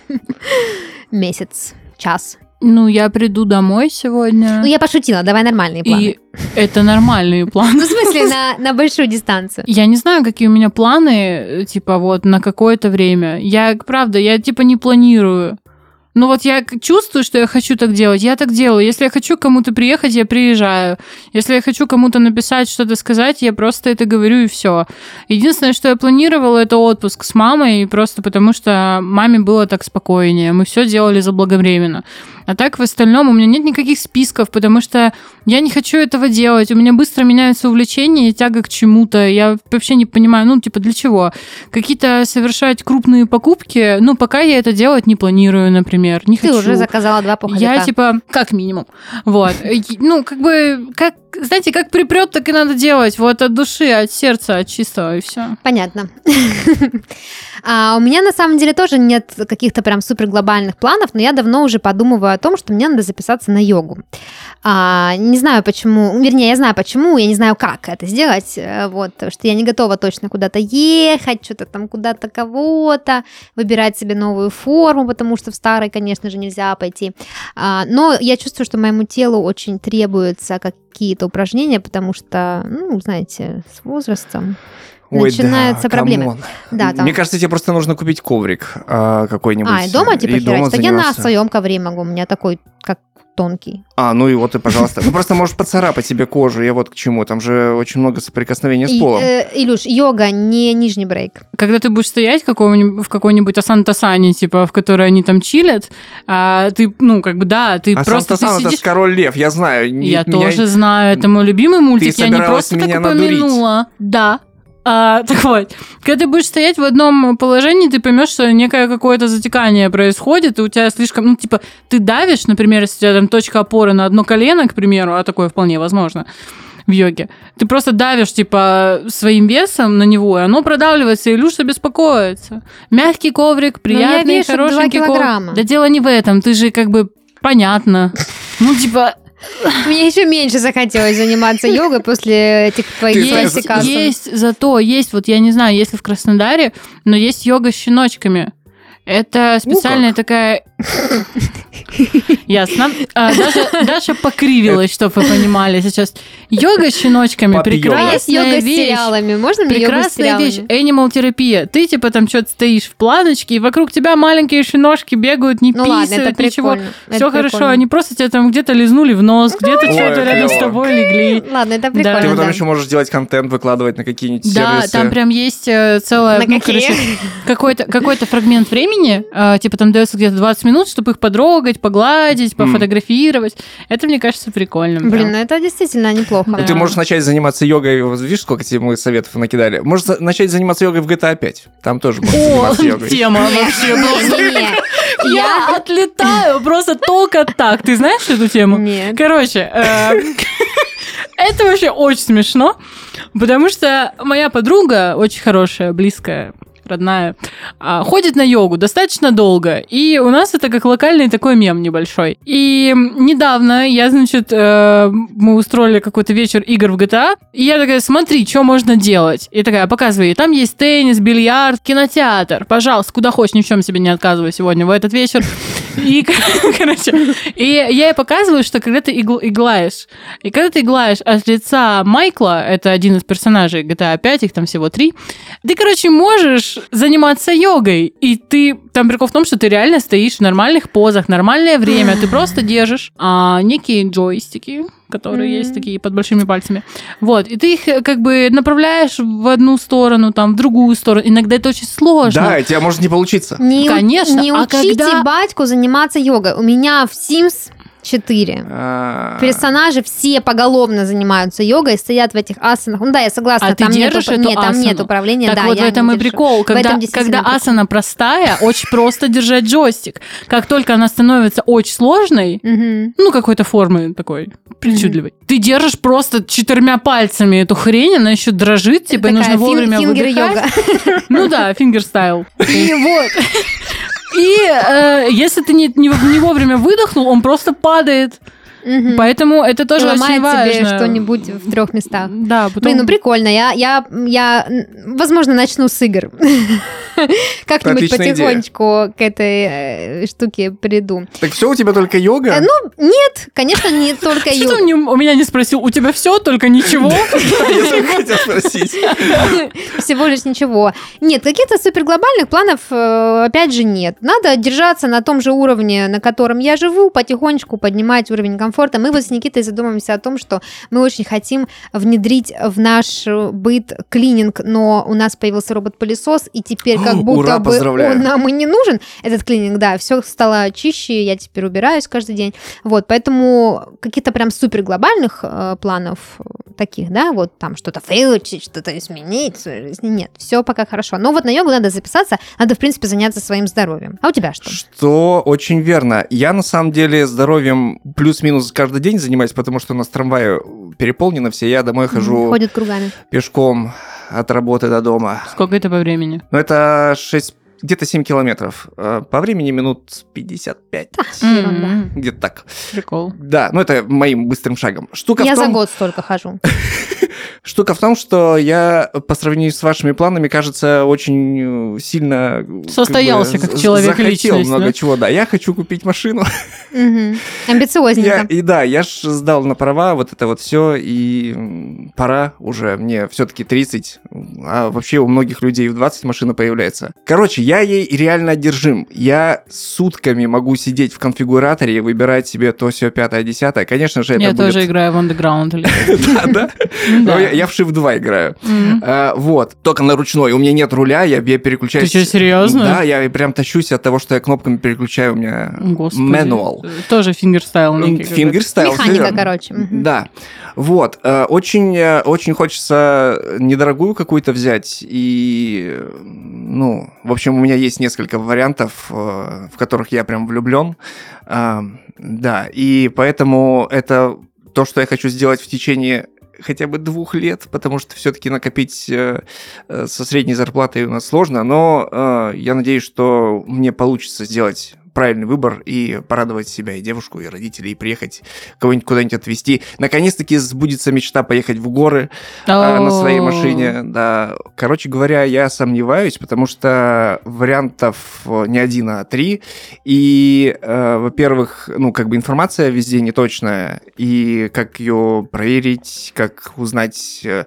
A: месяц, час.
B: Ну, я приду домой сегодня.
A: Ну, я пошутила, давай нормальные планы.
B: И это нормальные планы.
A: Ну, в смысле, на, на большую дистанцию.
B: Я не знаю, какие у меня планы, типа, вот, на какое-то время. Я, правда, я, типа, не планирую. Ну вот я чувствую, что я хочу так делать, я так делаю. Если я хочу к кому-то приехать, я приезжаю. Если я хочу кому-то написать, что-то сказать, я просто это говорю, и все. Единственное, что я планировала, это отпуск с мамой, просто потому что маме было так спокойнее. Мы все делали заблаговременно. А так в остальном у меня нет никаких списков, потому что я не хочу этого делать. У меня быстро меняются увлечения и тяга к чему-то. Я вообще не понимаю, ну, типа, для чего? Какие-то совершать крупные покупки, ну, пока я это делать не планирую, например. Не
A: Ты
B: хочу.
A: уже заказала два пуховика.
B: Я, типа, как минимум. Вот. Ну, как бы, как знаете, как припрет, так и надо делать. Вот от души, от сердца, от чистого, и все.
A: Понятно. А у меня на самом деле тоже нет каких-то прям супер глобальных планов, но я давно уже подумываю о том, что мне надо записаться на йогу. А, не знаю почему, вернее, я знаю почему, я не знаю, как это сделать, вот, потому что я не готова точно куда-то ехать, что-то там куда-то кого-то, выбирать себе новую форму, потому что в старой, конечно же, нельзя пойти. А, но я чувствую, что моему телу очень требуются какие-то упражнения, потому что, ну, знаете, с возрастом
C: Ой,
A: начинаются
C: да,
A: проблемы. Да, там.
C: Мне кажется, тебе просто нужно купить коврик а, какой-нибудь.
A: А, и дома типа
C: и дома
A: херачить? Так я на
C: заниматься.
A: своем ковре могу, у меня такой, как тонкий.
C: А, ну и вот и, пожалуйста. Ну, просто можешь поцарапать себе кожу, я вот к чему. Там же очень много соприкосновения с
A: И,
C: полом.
A: э, Илюш, йога, не нижний брейк.
B: Когда ты будешь стоять какого-нибудь, в какой-нибудь асан-тасане, типа, в которой они там чилят, а ты, ну, как бы, да, ты
C: А
B: просто
C: сам-то
B: ты
C: сам, это
B: сидишь...
C: ж Король Лев, я знаю. Не-
B: Я
C: меня-
B: тоже знаю, это мой любимый мультик, я не
C: собиралась
B: просто так
C: меня надурить.
B: упомянула. Да. А, так вот, когда ты будешь стоять в одном положении, ты поймешь, что некое какое-то затекание происходит, и у тебя слишком, ну, типа, ты давишь, например, если у тебя там точка опоры на одно колено, к примеру, а такое вполне возможно в йоге, ты просто давишь, типа, своим весом на него, и оно продавливается, и Илюша беспокоится. Мягкий коврик, приятный,
A: вешу два
B: хорошенький коврик.
A: килограмма.
B: Да дело не в этом, ты же как бы понятно. Ну, типа...
A: Мне еще меньше захотелось заниматься йогой после этих твоих
C: Ты
B: Есть,
A: классикаций.
B: есть, зато есть, вот я не знаю, есть ли в Краснодаре, но есть йога с щеночками. Это специальная
C: как.
B: такая... Ясно. А, Даша, Даша покривилась, чтобы вы понимали сейчас. Йога с щеночками
C: Папа йога.
A: А есть
B: прекрасная
A: йога с
B: вещь.
A: сериалами. Можно мне йогу с
B: Прекрасная вещь,
A: сериалами?
B: animal терапия. Ты типа там что-то стоишь в планочке, и вокруг тебя маленькие щеночки бегают, не
A: Ну ладно, это
B: писают, ничего.
A: прикольно. Это
B: Все хорошо,
A: прикольно.
B: они просто тебя там где-то лизнули в нос, где-то
C: Ой,
B: что-то рядом с
C: клево.
B: тобой легли.
A: Ладно, это
B: Да.
A: прикольно.
C: Ты потом
A: да.
C: еще можешь делать контент, выкладывать на какие-нибудь
B: Да,
C: сервисы.
B: там прям есть э, целая,
A: На
B: ну,
A: какие?
B: короче, какой-то, какой-то фрагмент времени, э, типа там дается где-то двадцать минут, чтобы их потрогать, погладить, пофотографировать. Это, мне кажется, прикольно.
A: Блин,
B: прям.
A: ну это действительно неплохо.
B: Да.
C: Ты можешь начать заниматься йогой, вот видишь, сколько тебе мы советов накидали. Можешь за- начать заниматься йогой в джи ти эй пять. Там тоже можно
B: О,
C: заниматься йогой.
B: тема вообще просто.
A: Не-не-не.
B: Я отлетаю просто только так. Ты знаешь эту тему?
A: Нет.
B: Короче, э, это вообще очень смешно, потому что моя подруга, очень хорошая, близкая, родная, а, ходит на йогу достаточно долго, и у нас это как локальный такой мем небольшой. И недавно я, значит, э, мы устроили какой-то вечер игр в джи ти эй, и я такая, смотри, что можно делать. И такая, показывай, там есть теннис, бильярд, кинотеатр, пожалуйста, куда хочешь, ни в чем себе не отказывай сегодня в этот вечер. И, короче, и я ей показываю, что когда ты игл- иглаешь, и когда ты иглаешь от лица Майкла, это один из персонажей джи ти эй пять, их там всего три, ты, короче, можешь заниматься йогой, и ты, там прикол в том, что ты реально стоишь в нормальных позах, нормальное время, ты просто держишь а, некие джойстики, которые
A: Мгм.
B: есть такие под большими пальцами, вот, и ты их э, как бы направляешь в одну сторону, там, в другую сторону, иногда это очень сложно.
C: Да, и тебя может не получиться.
A: Не, у-
B: Конечно,
A: не
B: а
A: учите
B: когда-
A: батьку заниматься йогой. У меня в Sims четыре
C: А,
A: персонажи все поголовно занимаются йогой, стоят в этих асанах. Ну да, я согласна,
B: А ты
A: там нет,
B: держишь
A: уп-
B: эту
A: нет, там
B: асану?
A: нет управления.
B: Так
A: да,
B: вот
A: я
B: в этом
A: не
B: и
A: держу.
B: прикол.
A: В
B: Когда,
A: этом действительно
B: когда
A: прикол.
B: асана простая, очень просто держать джойстик. Как только она становится очень сложной,
A: Мгм.
B: ну, какой-то формы такой причудливой, ты держишь просто четырьмя пальцами эту хрень, она еще дрожит, типа, и
A: Такая
B: нужно вовремя
A: фин-
B: выдыхать.
A: фингер-йога.
B: Ну да, фингер-стайл. И вот. И э, если ты не, не, не вовремя выдохнул, он просто падает.
A: Мгм.
B: Поэтому это тоже
A: Ломает
B: очень важно.
A: себе что-нибудь в трех местах.
B: Да, потом...
A: Блин, ну прикольно. Я, я, я, м, возможно, начну с игр. Как-нибудь
C: Отличная идея.
A: потихонечку к этой э, штуке приду.
C: Так все, у тебя только йога?
A: Э, Ну, нет, конечно, не только
B: Что ты
A: йога.
B: мне- у меня не спросил, у тебя все, только ничего?
C: Я только хотел спросить.
A: Всего лишь ничего. Нет, каких-то суперглобальных планов, э, опять же, нет. Надо держаться на том же уровне, на котором я живу, потихонечку поднимать уровень комфорта. Мы вот с Никитой задумываемся о том, что мы очень хотим внедрить в наш быт клининг, но у нас появился робот-пылесос, и теперь как
C: О,
A: будто
C: ура,
A: бы
C: поздравляю.
A: он нам и не нужен, этот клининг, да, все стало чище, я теперь убираюсь каждый день. Вот, поэтому каких-то прям суперглобальных э, планов таких, да, вот там что-то выучить, что-то изменить в своей жизни. Нет, все пока хорошо. Но вот на йогу надо записаться, надо, в принципе, заняться своим здоровьем. А у тебя что?
C: Что очень верно. Я, на самом деле, здоровьем плюс-минус каждый день занимаюсь, потому что у нас трамваи переполнены все, я домой хожу
A: Ходит кругами.
C: пешком от работы до дома.
B: Сколько это по времени?
C: Ну, это шесть, где-то семь километров. По времени минут пятьдесят пять.
A: Ерунда.
C: Где-то так.
B: Прикол.
C: Да, ну это моим быстрым шагом. Штука
A: Я
C: в том,
A: за год столько хожу.
C: Штука в том, что я по сравнению с вашими планами, кажется, очень сильно...
B: Состоялся
C: как, бы,
B: как человек
C: захотел
B: личность,
C: много
B: да?
C: чего, да. Я хочу купить машину.
A: Мгм. Амбициозненько.
C: Я, и да, я ж сдал на права, вот это вот все, и м, пора уже, мне все-таки тридцать, а вообще у многих людей в двадцать машина появляется. Короче, я ей реально одержим. Я сутками могу сидеть в конфигураторе и выбирать себе то, сё, пятое, десятое. Конечно же, это
B: Я
C: будет...
B: тоже играю в Underground.
C: Да, да?
B: Да.
C: Но я, я в Shift два играю.
B: Мгм.
C: А, вот, только на ручной. У меня нет руля, я, я переключаюсь.
B: Ты что, серьезно?
C: Да, я прям тащусь от того, что я кнопками переключаю, у меня
B: Господи.
C: мануал.
B: Тоже фингерстайл. некий какой-то.
C: Фингерстайл. всё
A: Механика,
C: верно.
A: короче. Мгм.
C: Да. Вот. э, Очень, э, очень хочется недорогую какую-то взять. И, э, ну, в общем, у меня есть несколько вариантов, э, в которых я прям влюблен. А, Да, и поэтому это то, что я хочу сделать в течение хотя бы двух лет, потому что все-таки накопить э, э, со средней зарплатой у нас сложно, но э, я надеюсь, что мне получится сделать правильный выбор и порадовать себя и девушку, и родителей, и приехать кого-нибудь куда-нибудь отвезти. Наконец-таки сбудется мечта поехать в горы э, на своей машине. Да. Короче говоря, я сомневаюсь, потому что вариантов не один, а три. И, э, во-первых, ну, как бы информация везде неточная, и как ее проверить, как узнать, э,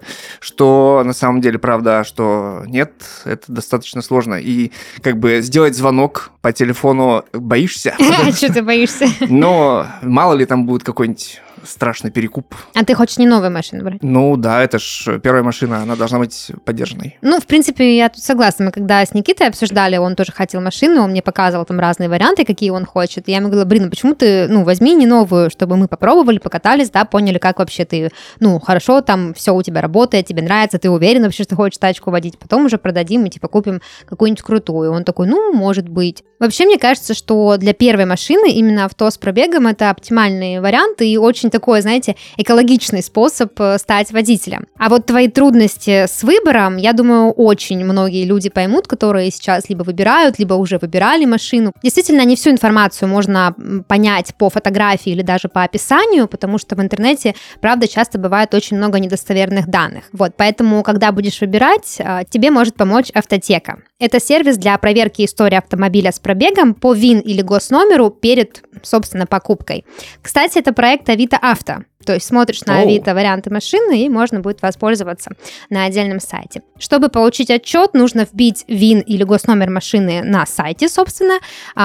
C: что на самом деле правда, а что нет, это достаточно сложно. И как бы сделать звонок по телефону боишься,
A: А что ты боишься?
C: но мало ли там будет какой-нибудь страшный перекуп.
A: А ты хочешь не новую машину брать?
C: Ну да, это ж первая машина, она должна быть поддержанной.
A: Ну, в принципе, я тут согласна. Мы когда с Никитой обсуждали, он тоже хотел машину, он мне показывал там разные варианты, какие он хочет. И я ему говорила, блин, ну почему ты, ну, возьми не новую, чтобы мы попробовали, покатались, да, поняли, как вообще ты, ну, хорошо, там все у тебя работает, тебе нравится, ты уверен вообще, что хочешь тачку водить, потом уже продадим и, типа, купим какую-нибудь крутую. Он такой, ну, может быть. Вообще, мне кажется, что для первой машины именно авто с пробегом это оптимальный вариант и очень такой, знаете, экологичный способ стать водителем. А вот твои трудности с выбором, я думаю, очень многие люди поймут, которые сейчас либо выбирают, либо уже выбирали машину. Действительно, не всю информацию можно понять по фотографии или даже по описанию, потому что в интернете, правда, часто бывает очень много недостоверных данных. Вот, поэтому, когда будешь выбирать, тебе может помочь Автотека. Это сервис для проверки истории автомобиля с пробегом по ВИН или госномеру перед, собственно, покупкой. Кстати, это проект Авито Авто. То есть смотришь на Авито варианты машины, и можно будет воспользоваться на отдельном сайте. Чтобы получить отчет, нужно вбить ВИН или госномер машины на сайте, собственно.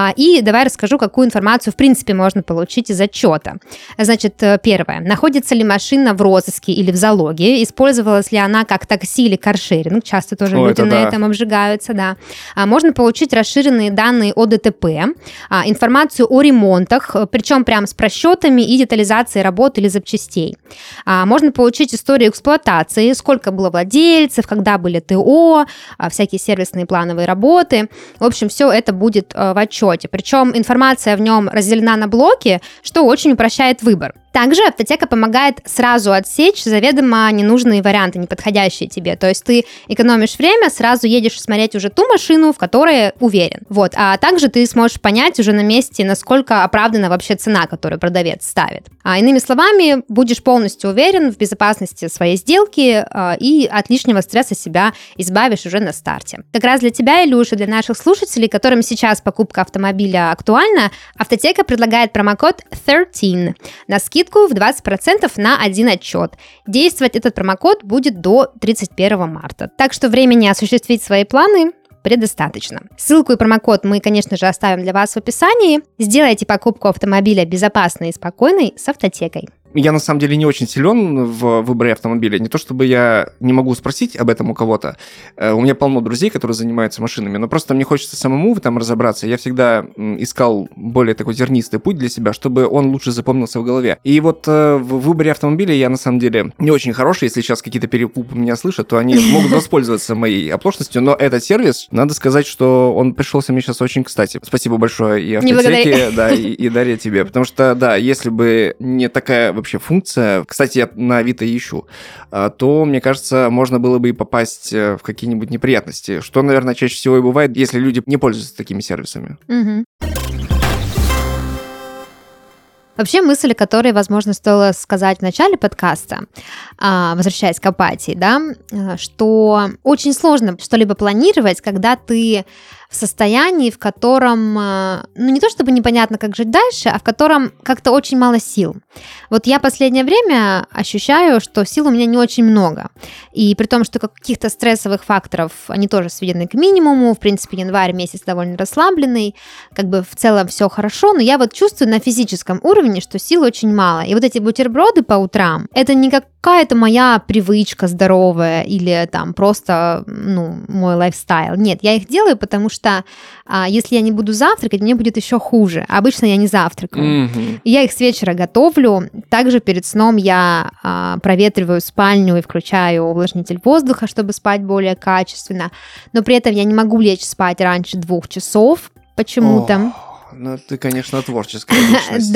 A: И давай расскажу, какую информацию, в принципе, можно получить из отчета. Значит, первое. Находится ли машина в розыске или в залоге? Использовалась ли она как такси или каршеринг? Часто тоже
C: О,
A: люди
C: это
A: на
C: да.
A: этом обжигаются, да. А можно получить расширенные данные о ДТП, а, информацию о ремонтах, причем прям с просчетами и детализацией работ или запчастей. частей. А, можно получить историю эксплуатации, сколько было владельцев, когда были ТО, а, всякие сервисные плановые работы. В общем, все это будет а, в отчете. Причем информация в нем разделена на блоки, что очень упрощает выбор. Также Автотека помогает сразу отсечь заведомо ненужные варианты, неподходящие тебе. То есть ты экономишь время, сразу едешь смотреть уже ту машину, в которой уверен. Вот. А также ты сможешь понять уже на месте, насколько оправдана вообще цена, которую продавец ставит. А иными словами, будешь полностью уверен в безопасности своей сделки а, и от лишнего стресса себя избавишь уже на старте. Как раз для тебя, Илюша, для наших слушателей, которым сейчас покупка автомобиля актуальна, Автотека предлагает промокод тринадцать на скидку в двадцать процентов на один отчет. Действовать этот промокод будет до тридцать первого марта. Так что времени осуществить свои планы предостаточно. Ссылку и промокод мы, конечно же, оставим для вас в описании. Сделайте покупку автомобиля безопасной и спокойной с Автотекой.
C: Я, на самом деле, не очень силен в выборе автомобиля. Не то, чтобы я не могу спросить об этом у кого-то. У меня полно друзей, которые занимаются машинами, но просто мне хочется самому в этом разобраться. Я всегда искал более такой зернистый путь для себя, чтобы он лучше запомнился в голове. И вот в выборе автомобиля я, на самом деле, не очень хороший. Если сейчас какие-то перекупы меня слышат, то они могут воспользоваться моей оплошностью. Но этот сервис, надо сказать, что он пришелся мне сейчас очень кстати. Спасибо большое и Автотеке, да, и, и Дарья тебе. Потому что, да, если бы не такая вообще функция, кстати, я на Авито ищу, то, мне кажется, можно было бы и попасть в какие-нибудь неприятности, что, наверное, чаще всего и бывает, если люди не пользуются такими сервисами.
A: Угу. Вообще мысль, которую, возможно, стоило сказать в начале подкаста, возвращаясь к апатии, да, что очень сложно что-либо планировать, когда ты в состоянии, в котором, ну, не то чтобы непонятно, как жить дальше, а в котором как-то очень мало сил. Вот я последнее время ощущаю, что сил у меня не очень много. И при том, что каких-то стрессовых факторов, они тоже сведены к минимуму, в принципе, январь месяц довольно расслабленный, как бы в целом все хорошо, но я вот чувствую на физическом уровне, что сил очень мало. И вот эти бутерброды по утрам, это не какая-то моя привычка здоровая или там просто, ну, мой лайфстайл. Нет, я их делаю, потому что что а, если я не буду завтракать, мне будет еще хуже. Обычно я не завтракаю. Mm-hmm. Я их с вечера готовлю. Также перед сном я а, проветриваю спальню и включаю увлажнитель воздуха, чтобы спать более качественно. Но при этом я не могу лечь спать раньше двух часов почему-то.
C: Oh. Ну, ты, конечно, творческая личность.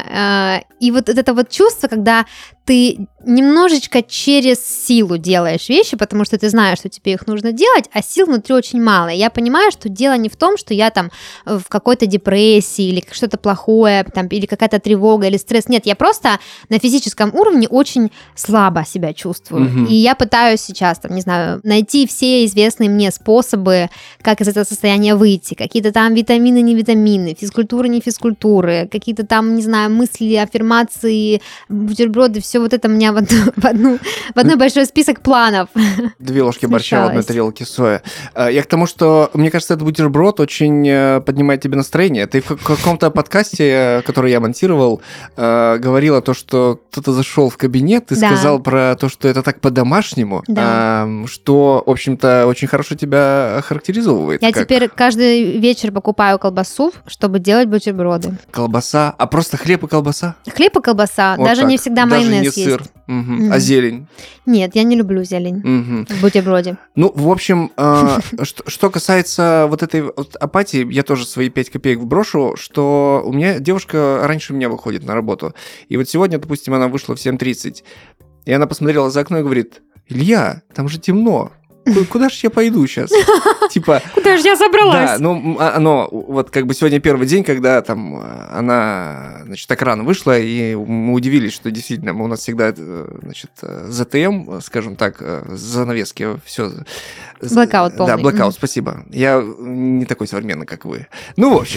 A: Да, и вот это вот чувство, когда ты немножечко через силу делаешь вещи, потому что ты знаешь, что тебе их нужно делать, а сил внутри очень мало. И я понимаю, что дело не в том, что я там в какой-то депрессии или что-то плохое, там, или какая-то тревога или стресс. Нет, я просто на физическом уровне очень слабо себя чувствую. Угу. И я пытаюсь сейчас, там, не знаю, найти все известные мне способы, как из этого состояния выйти. Какие-то там витамины, не витамины, физкультуры, не физкультуры, какие-то там, не знаю, мысли, аффирмации, бутерброды, все вот это у меня в, одну, в, одну, в одной большой список планов.
C: Две ложки борща в одной тарелке соя. Я к тому, что, мне кажется, этот бутерброд очень поднимает тебе настроение. Ты в каком-то подкасте, который я монтировал, говорила то, что кто-то зашел в кабинет и да. сказал про то, что это так по-домашнему, да. что, в общем-то, очень хорошо тебя характеризовывает.
A: Я
C: как...
A: теперь каждый вечер покупаю колбасу, чтобы делать бутерброды.
C: Колбаса? А просто хлеб и колбаса?
A: Хлеб и колбаса. Вот даже так. Не всегда
C: даже
A: майонез
C: не
A: есть.
C: Сыр. Угу.
A: Угу.
C: А зелень?
A: Нет, я не люблю зелень угу. в бутерброде.
C: Ну, в общем, э, что, что касается вот этой вот апатии, я тоже свои пять копеек вброшу, что у меня девушка раньше меня выходит на работу. И вот сегодня, допустим, она вышла в семь тридцать, и она посмотрела за окно и говорит: «Илья, там же темно. Куда же я пойду сейчас?» Типа...
A: Куда же я собралась?
C: Да, ну, оно, вот как бы сегодня первый день, когда там она, значит, так рано вышла, и мы удивились, что действительно у нас всегда, значит, зэ тэ эм, скажем так, занавески, все...
A: Блэкаут полный.
C: Да, блэкаут, mm-hmm. спасибо. Я не такой современный, как вы. Ну, в общем.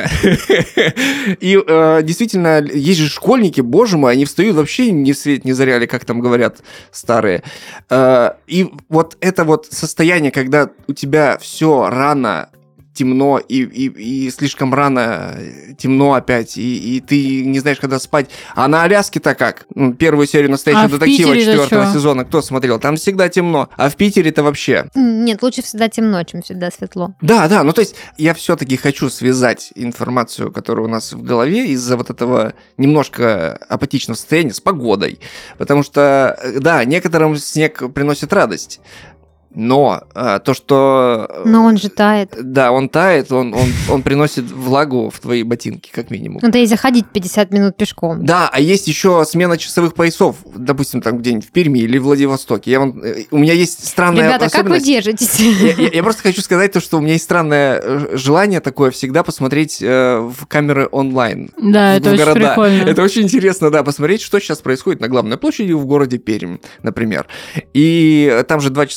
C: И действительно, есть же школьники, боже мой, они встают вообще ни в свет, ни заря, или как там говорят старые. И вот это вот состояние, когда у тебя все рано, темно, и, и, и слишком рано темно опять, и, и ты не знаешь, когда спать. А на Аляске-то как? Ну, первую серию «Настоящего а детектива» четвертого сезона кто смотрел? Там всегда темно. А в Питере-то вообще?
A: Нет, лучше всегда темно, чем всегда светло.
C: Да, да, ну то есть я все-таки хочу связать информацию, которая у нас в голове из-за вот этого немножко апатичного состояния с погодой. Потому что, да, некоторым снег приносит радость. Но а, то, что...
A: Но он же тает.
C: Да, он тает, он, он, он приносит влагу в твои ботинки, как минимум.
A: Ну, да и заходить пятьдесят минут пешком.
C: Да, а есть еще смена часовых поясов, допустим, там где-нибудь в Перми или в Владивостоке. Я, у меня есть странная
A: Ребята,
C: особенность.
A: Ребята, как вы держитесь?
C: Я, я, я просто хочу сказать то, что у меня есть странное желание такое всегда посмотреть э, в камеры онлайн.
B: Да,
C: в,
B: это
C: в
B: очень
C: города.
B: прикольно.
C: Это очень интересно, да, посмотреть, что сейчас происходит на главной площади в городе Пермь, например. И там же два часа разница.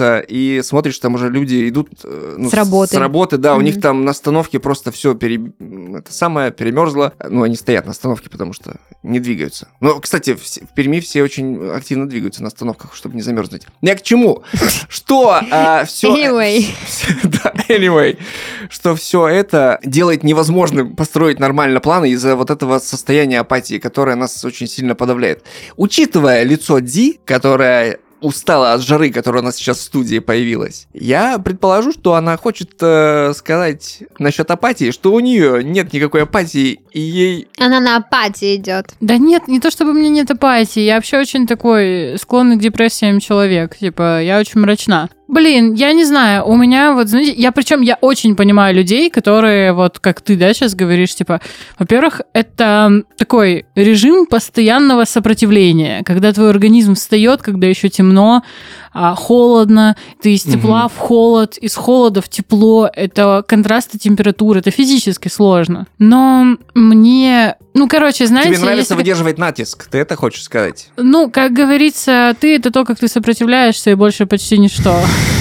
C: улица, и смотришь, там уже люди идут ну,
A: с работы.
C: С работы, да,
A: mm-hmm.
C: у них там на остановке просто все пере... это самое перемерзло. Ну, они стоят на остановке, потому что не двигаются. Ну, кстати, в Перми все очень активно двигаются на остановках, чтобы не замерзнуть. Я к чему? Что все...
A: Anyway.
C: Да, anyway. Что все это делает невозможным построить нормально планы из-за вот этого состояния апатии, которое нас очень сильно подавляет. Учитывая лицо Ди, которая устала от жары, которая у нас сейчас в студии появилась, я предположу, что она хочет э, сказать насчет апатии, что у нее нет никакой апатии, и ей...
A: Она на апатии идет.
B: Да нет, не то чтобы у меня нет апатии, я вообще очень такой склонный к депрессиям человек, типа, я очень мрачна. Блин, я не знаю, у меня вот, знаете, я причем я очень понимаю людей, которые, вот как ты, да, сейчас говоришь, типа, во-первых, это такой режим постоянного сопротивления, когда твой организм встает, когда еще темно, холодно, ты из тепла угу. в холод, из холода в тепло, это контрасты температуры, это физически сложно. Но мне, ну, короче, знаете...
C: Тебе нравится
B: если...
C: выдерживать натиск, ты это хочешь сказать?
B: Ну, как говорится, ты — это то, как ты сопротивляешься, и больше почти ничто.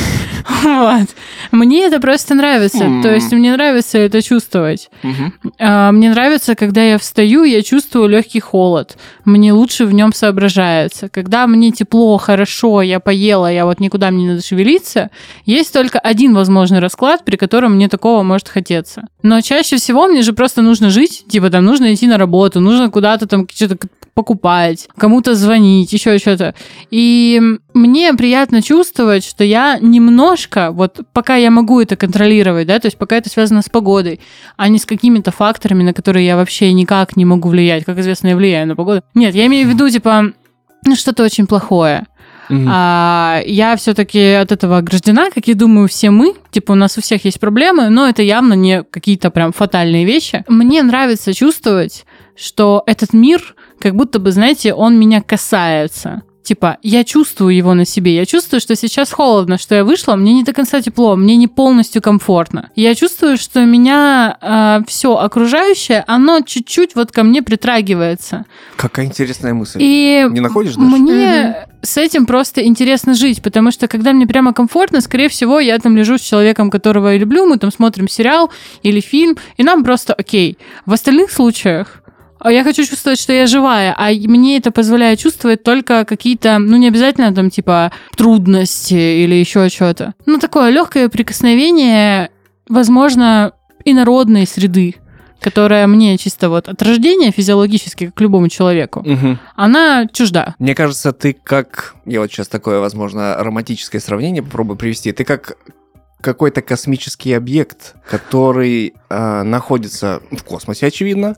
B: Вот. Мне это просто нравится. Mm. То есть мне нравится это чувствовать. Mm-hmm. А, мне нравится, когда я встаю, я чувствую легкий холод. Мне лучше в нем соображается. Когда мне тепло, хорошо, я поела, я вот никуда мне не надо шевелиться, есть только один возможный расклад, при котором мне такого может хотеться. Но чаще всего мне же просто нужно жить, типа там нужно идти на работу, нужно куда-то там что-то покупать, кому-то звонить, еще что-то. И мне приятно чувствовать, что я немножко, вот пока я могу это контролировать, да, то есть пока это связано с погодой, а не с какими-то факторами, на которые я вообще никак не могу влиять. Как известно, я влияю на погоду. Нет, я имею в виду, типа, ну, что-то очень плохое. Mm-hmm. А, я все-таки от этого ограждена, как я думаю, все мы. Типа, у нас у всех есть проблемы, но это явно не какие-то прям фатальные вещи. Мне нравится чувствовать, что этот мир, как будто бы, знаете, он меня касается. Типа, я чувствую его на себе, я чувствую, что сейчас холодно, что я вышла, мне не до конца тепло, мне не полностью комфортно. Я чувствую, что меня э, все окружающее, оно чуть-чуть вот ко мне притрагивается.
C: Какая интересная мысль.
B: И
C: не находишь, Даша?
B: Мне угу. с этим просто интересно жить, потому что когда мне прямо комфортно, скорее всего, я там лежу с человеком, которого я люблю, мы там смотрим сериал или фильм, и нам просто окей. В остальных случаях я хочу чувствовать, что я живая, а мне это позволяет чувствовать только какие-то, ну, не обязательно там, типа, трудности или еще что-то. Ну, такое легкое прикосновение, возможно, инородной среды, которая мне чисто вот от рождения физиологически, как любому человеку, угу. она чужда.
C: Мне кажется, ты как... Я вот сейчас такое, возможно, романтическое сравнение попробую привести. Ты как... какой-то космический объект, который э, находится в космосе, очевидно,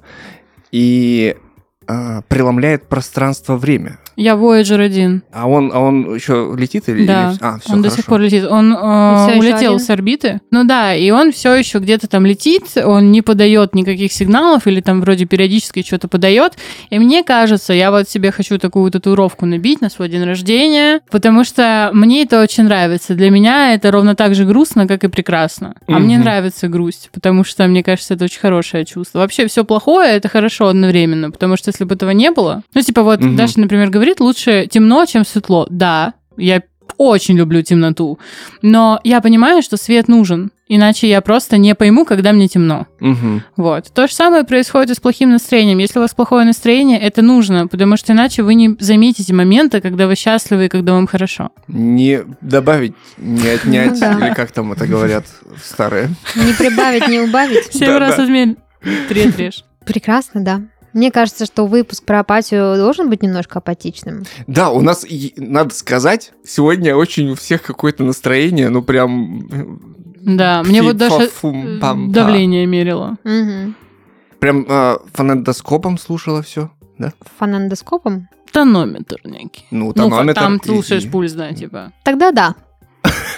C: и э, преломляет пространство-время.
B: Я Вояджер один.
C: А он, а он еще летит или?
B: Да,
C: или... А, всё,
B: он
C: хорошо.
B: до сих пор летит. Он э, улетел с орбиты. Ну да, и он все еще где-то там летит, он не подает никаких сигналов или там вроде периодически что-то подает. И мне кажется, я вот себе хочу такую татуировку набить на свой день рождения, потому что мне это очень нравится. Для меня это ровно так же грустно, как и прекрасно. А mm-hmm. мне нравится грусть, потому что, мне кажется, это очень хорошее чувство. Вообще все плохое — это хорошо одновременно, потому что если бы этого не было... Ну типа вот mm-hmm. Даша, например, говорит, говорит, лучше темно, чем светло. Да, я очень люблю темноту, но я понимаю, что свет нужен, иначе я просто не пойму, когда мне темно. Угу. Вот. То же самое происходит и с плохим настроением. Если у вас плохое настроение, это нужно, потому что иначе вы не заметите моменты, когда вы счастливы и когда вам хорошо.
C: Не добавить, не отнять, или как там это говорят старые.
A: Не прибавить, не убавить.
B: Семь раз измерь, три отрежь.
A: Прекрасно, да. Мне кажется, что выпуск про апатию должен быть немножко апатичным.
C: Да, у нас, надо сказать, сегодня очень у всех какое-то настроение, ну прям...
B: Да, мне вот даже давление мерило.
A: Угу.
C: Прям э, фонендоскопом слушала все, да?
A: Фонендоскопом?
B: Тонометр некий.
C: Ну, тонометр.
B: Ну, там слушаешь и... пульс, да, типа.
A: Тогда да.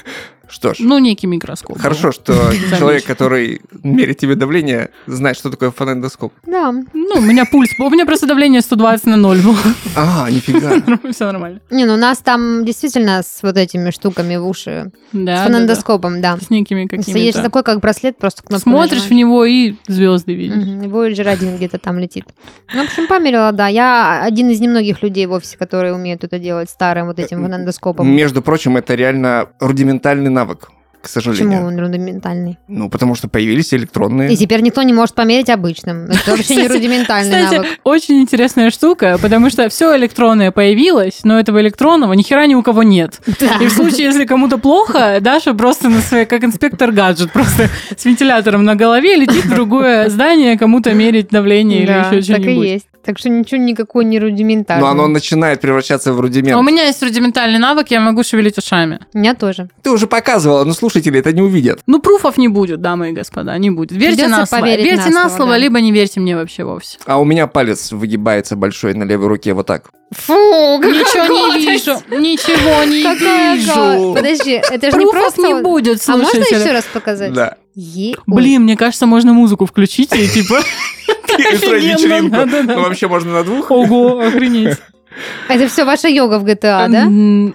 C: Что ж.
B: Ну, некий микроскоп.
C: Хорошо, что человек, который мерит тебе давление, знает, что такое фонендоскоп.
A: Да.
B: Ну, у меня пульс, у меня просто давление сто двадцать на ноль было.
C: А, нифига.
B: Все нормально.
A: Не, ну у нас там действительно с вот этими штуками в уши,
B: Да,
A: с
B: да,
A: фонендоскопом, да.
B: да. С некими
A: Есть
B: какими-то.
A: такой, как браслет, просто кнопку
B: Смотришь в
A: нажимаешь.
B: него и звезды видишь.
A: Мгм, и Voyager один где-то там летит. Ну, в общем, померила, да. Я один из немногих людей в офисе, которые умеют это делать старым вот этим фонендоскопом.
C: Между прочим, это реально рудиментальный навык, к сожалению.
A: Почему он рудиментальный?
C: Ну, потому что появились электронные.
A: И теперь никто не может померить обычным. Это вообще не
B: Кстати,
A: рудиментальный
B: Кстати,
A: навык.
B: очень интересная штука, потому что все электронное появилось, но этого электронного ни хера ни у кого нет.
A: Да.
B: И в случае, если кому-то плохо, Даша просто на своей, как инспектор гаджет, просто с вентилятором на голове летит в другое здание кому-то мерить давление
A: Да,
B: или еще
A: так и
B: что-нибудь.
A: есть. Так что ничего никакой не рудиментальный.
C: Но оно начинает превращаться в рудимент.
B: А у меня есть рудиментальный навык, я могу шевелить ушами.
A: У меня тоже.
C: Ты уже показывала, но слушатели это не увидят.
B: Ну, пруфов не будет, дамы и господа, не будет. Верьте
A: Придётся
B: на слово.
A: поверить
B: Верьте
A: на
B: на
A: слово,
B: слово,
A: да.
B: либо не верьте мне вообще вовсе.
C: А у меня палец выгибается большой на левой руке вот так.
A: Фу,
B: Ничего не вижу, ничего не вижу.
A: Подожди, это же не
B: Пруфов
A: просто...
B: не
A: вот-
B: будет,
A: А можно
B: слушатели.
A: еще раз показать?
C: Да.
A: Е-
B: Блин, мне кажется, можно музыку включить и типа...
C: И устроить
B: Офигенно,
C: вечеринку.
B: да-да-да.
C: Ну, вообще можно на двух.
B: Ого, охренеть.
A: Ой, это все ваша йога в джи ти эй, да?
B: М,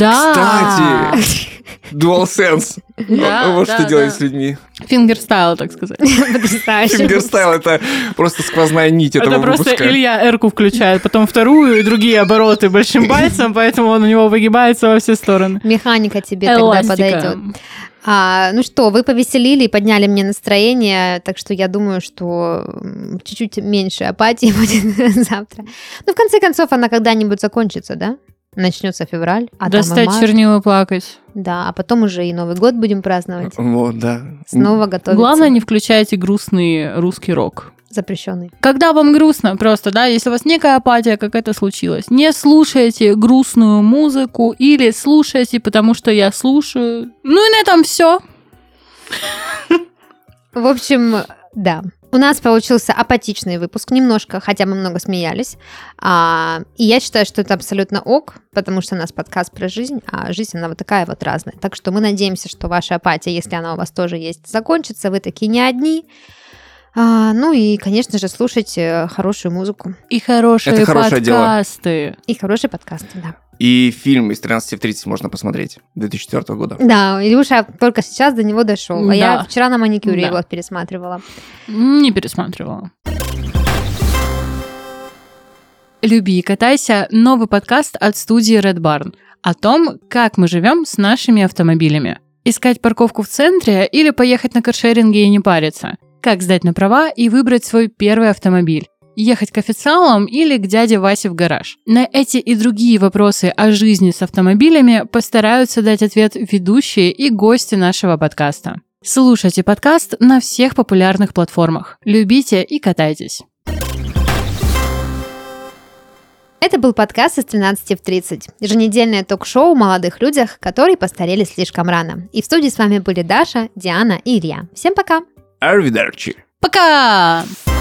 B: Да.
C: Кстати, DualSense.
B: Да,
C: Вот
B: да,
C: что делать
B: да.
C: с людьми.
B: Фингерстайл, так сказать.
A: Потрясающе.
C: Фингерстайл — это просто сквозная нить этого
B: Это просто
C: выпуска.
B: Илья эрку включает, потом вторую и другие обороты большим пальцем, поэтому он у него выгибается во все стороны.
A: Механика тебе тогда
B: Эластика.
A: подойдет. А, ну что, вы повеселили и подняли мне настроение, так что я думаю, что м, чуть-чуть меньше апатии будет завтра. Ну, в конце концов, она когда-нибудь закончится, да? Начнется февраль, а там и
B: Достать
A: март.
B: чернила, плакать.
A: Да, а потом уже и Новый год будем праздновать.
C: Вот, да.
A: Снова готовиться.
B: Главное, не включайте грустный русский рок.
A: Запрещенный.
B: Когда вам грустно, просто, да, если у вас некая апатия какая-то случилась, не слушайте грустную музыку или слушайте, потому что я слушаю. Ну и на этом все.
A: В общем, да. У нас получился апатичный выпуск немножко, хотя мы много смеялись. А, и я считаю, что это абсолютно ок, потому что у нас подкаст про жизнь, а жизнь, она вот такая вот разная. Так что мы надеемся, что ваша апатия, если она у вас тоже есть, закончится. Вы такие не одни. А, ну и, конечно же, слушайте хорошую музыку
B: И хорошие
C: Это хорошее дело.
B: подкасты.
A: и хорошие подкасты, да.
C: И фильм из тринадцати в тридцать можно посмотреть две тысячи четвёртого года.
A: Да, Илюша только сейчас до него дошел, а я
B: Да.
A: вчера на маникюре
B: Да.
A: его пересматривала.
B: Не пересматривала. «Люби и катайся» — новый подкаст от студии Red Barn о том, как мы живем с нашими автомобилями. Искать парковку в центре или поехать на каршеринге и не париться. Как сдать на права и выбрать свой первый автомобиль. Ехать к официалам или к дяде Васе в гараж. На эти и другие вопросы о жизни с автомобилями постараются дать ответ ведущие и гости нашего подкаста. Слушайте подкаст на всех популярных платформах. Любите и катайтесь.
A: Это был подкаст из тринадцати в тридцать. Еженедельное ток-шоу о молодых людях, которые постарели слишком рано. И в студии с вами были Даша, Диана и Илья. Всем пока!
C: Arrivederci.
B: Пока!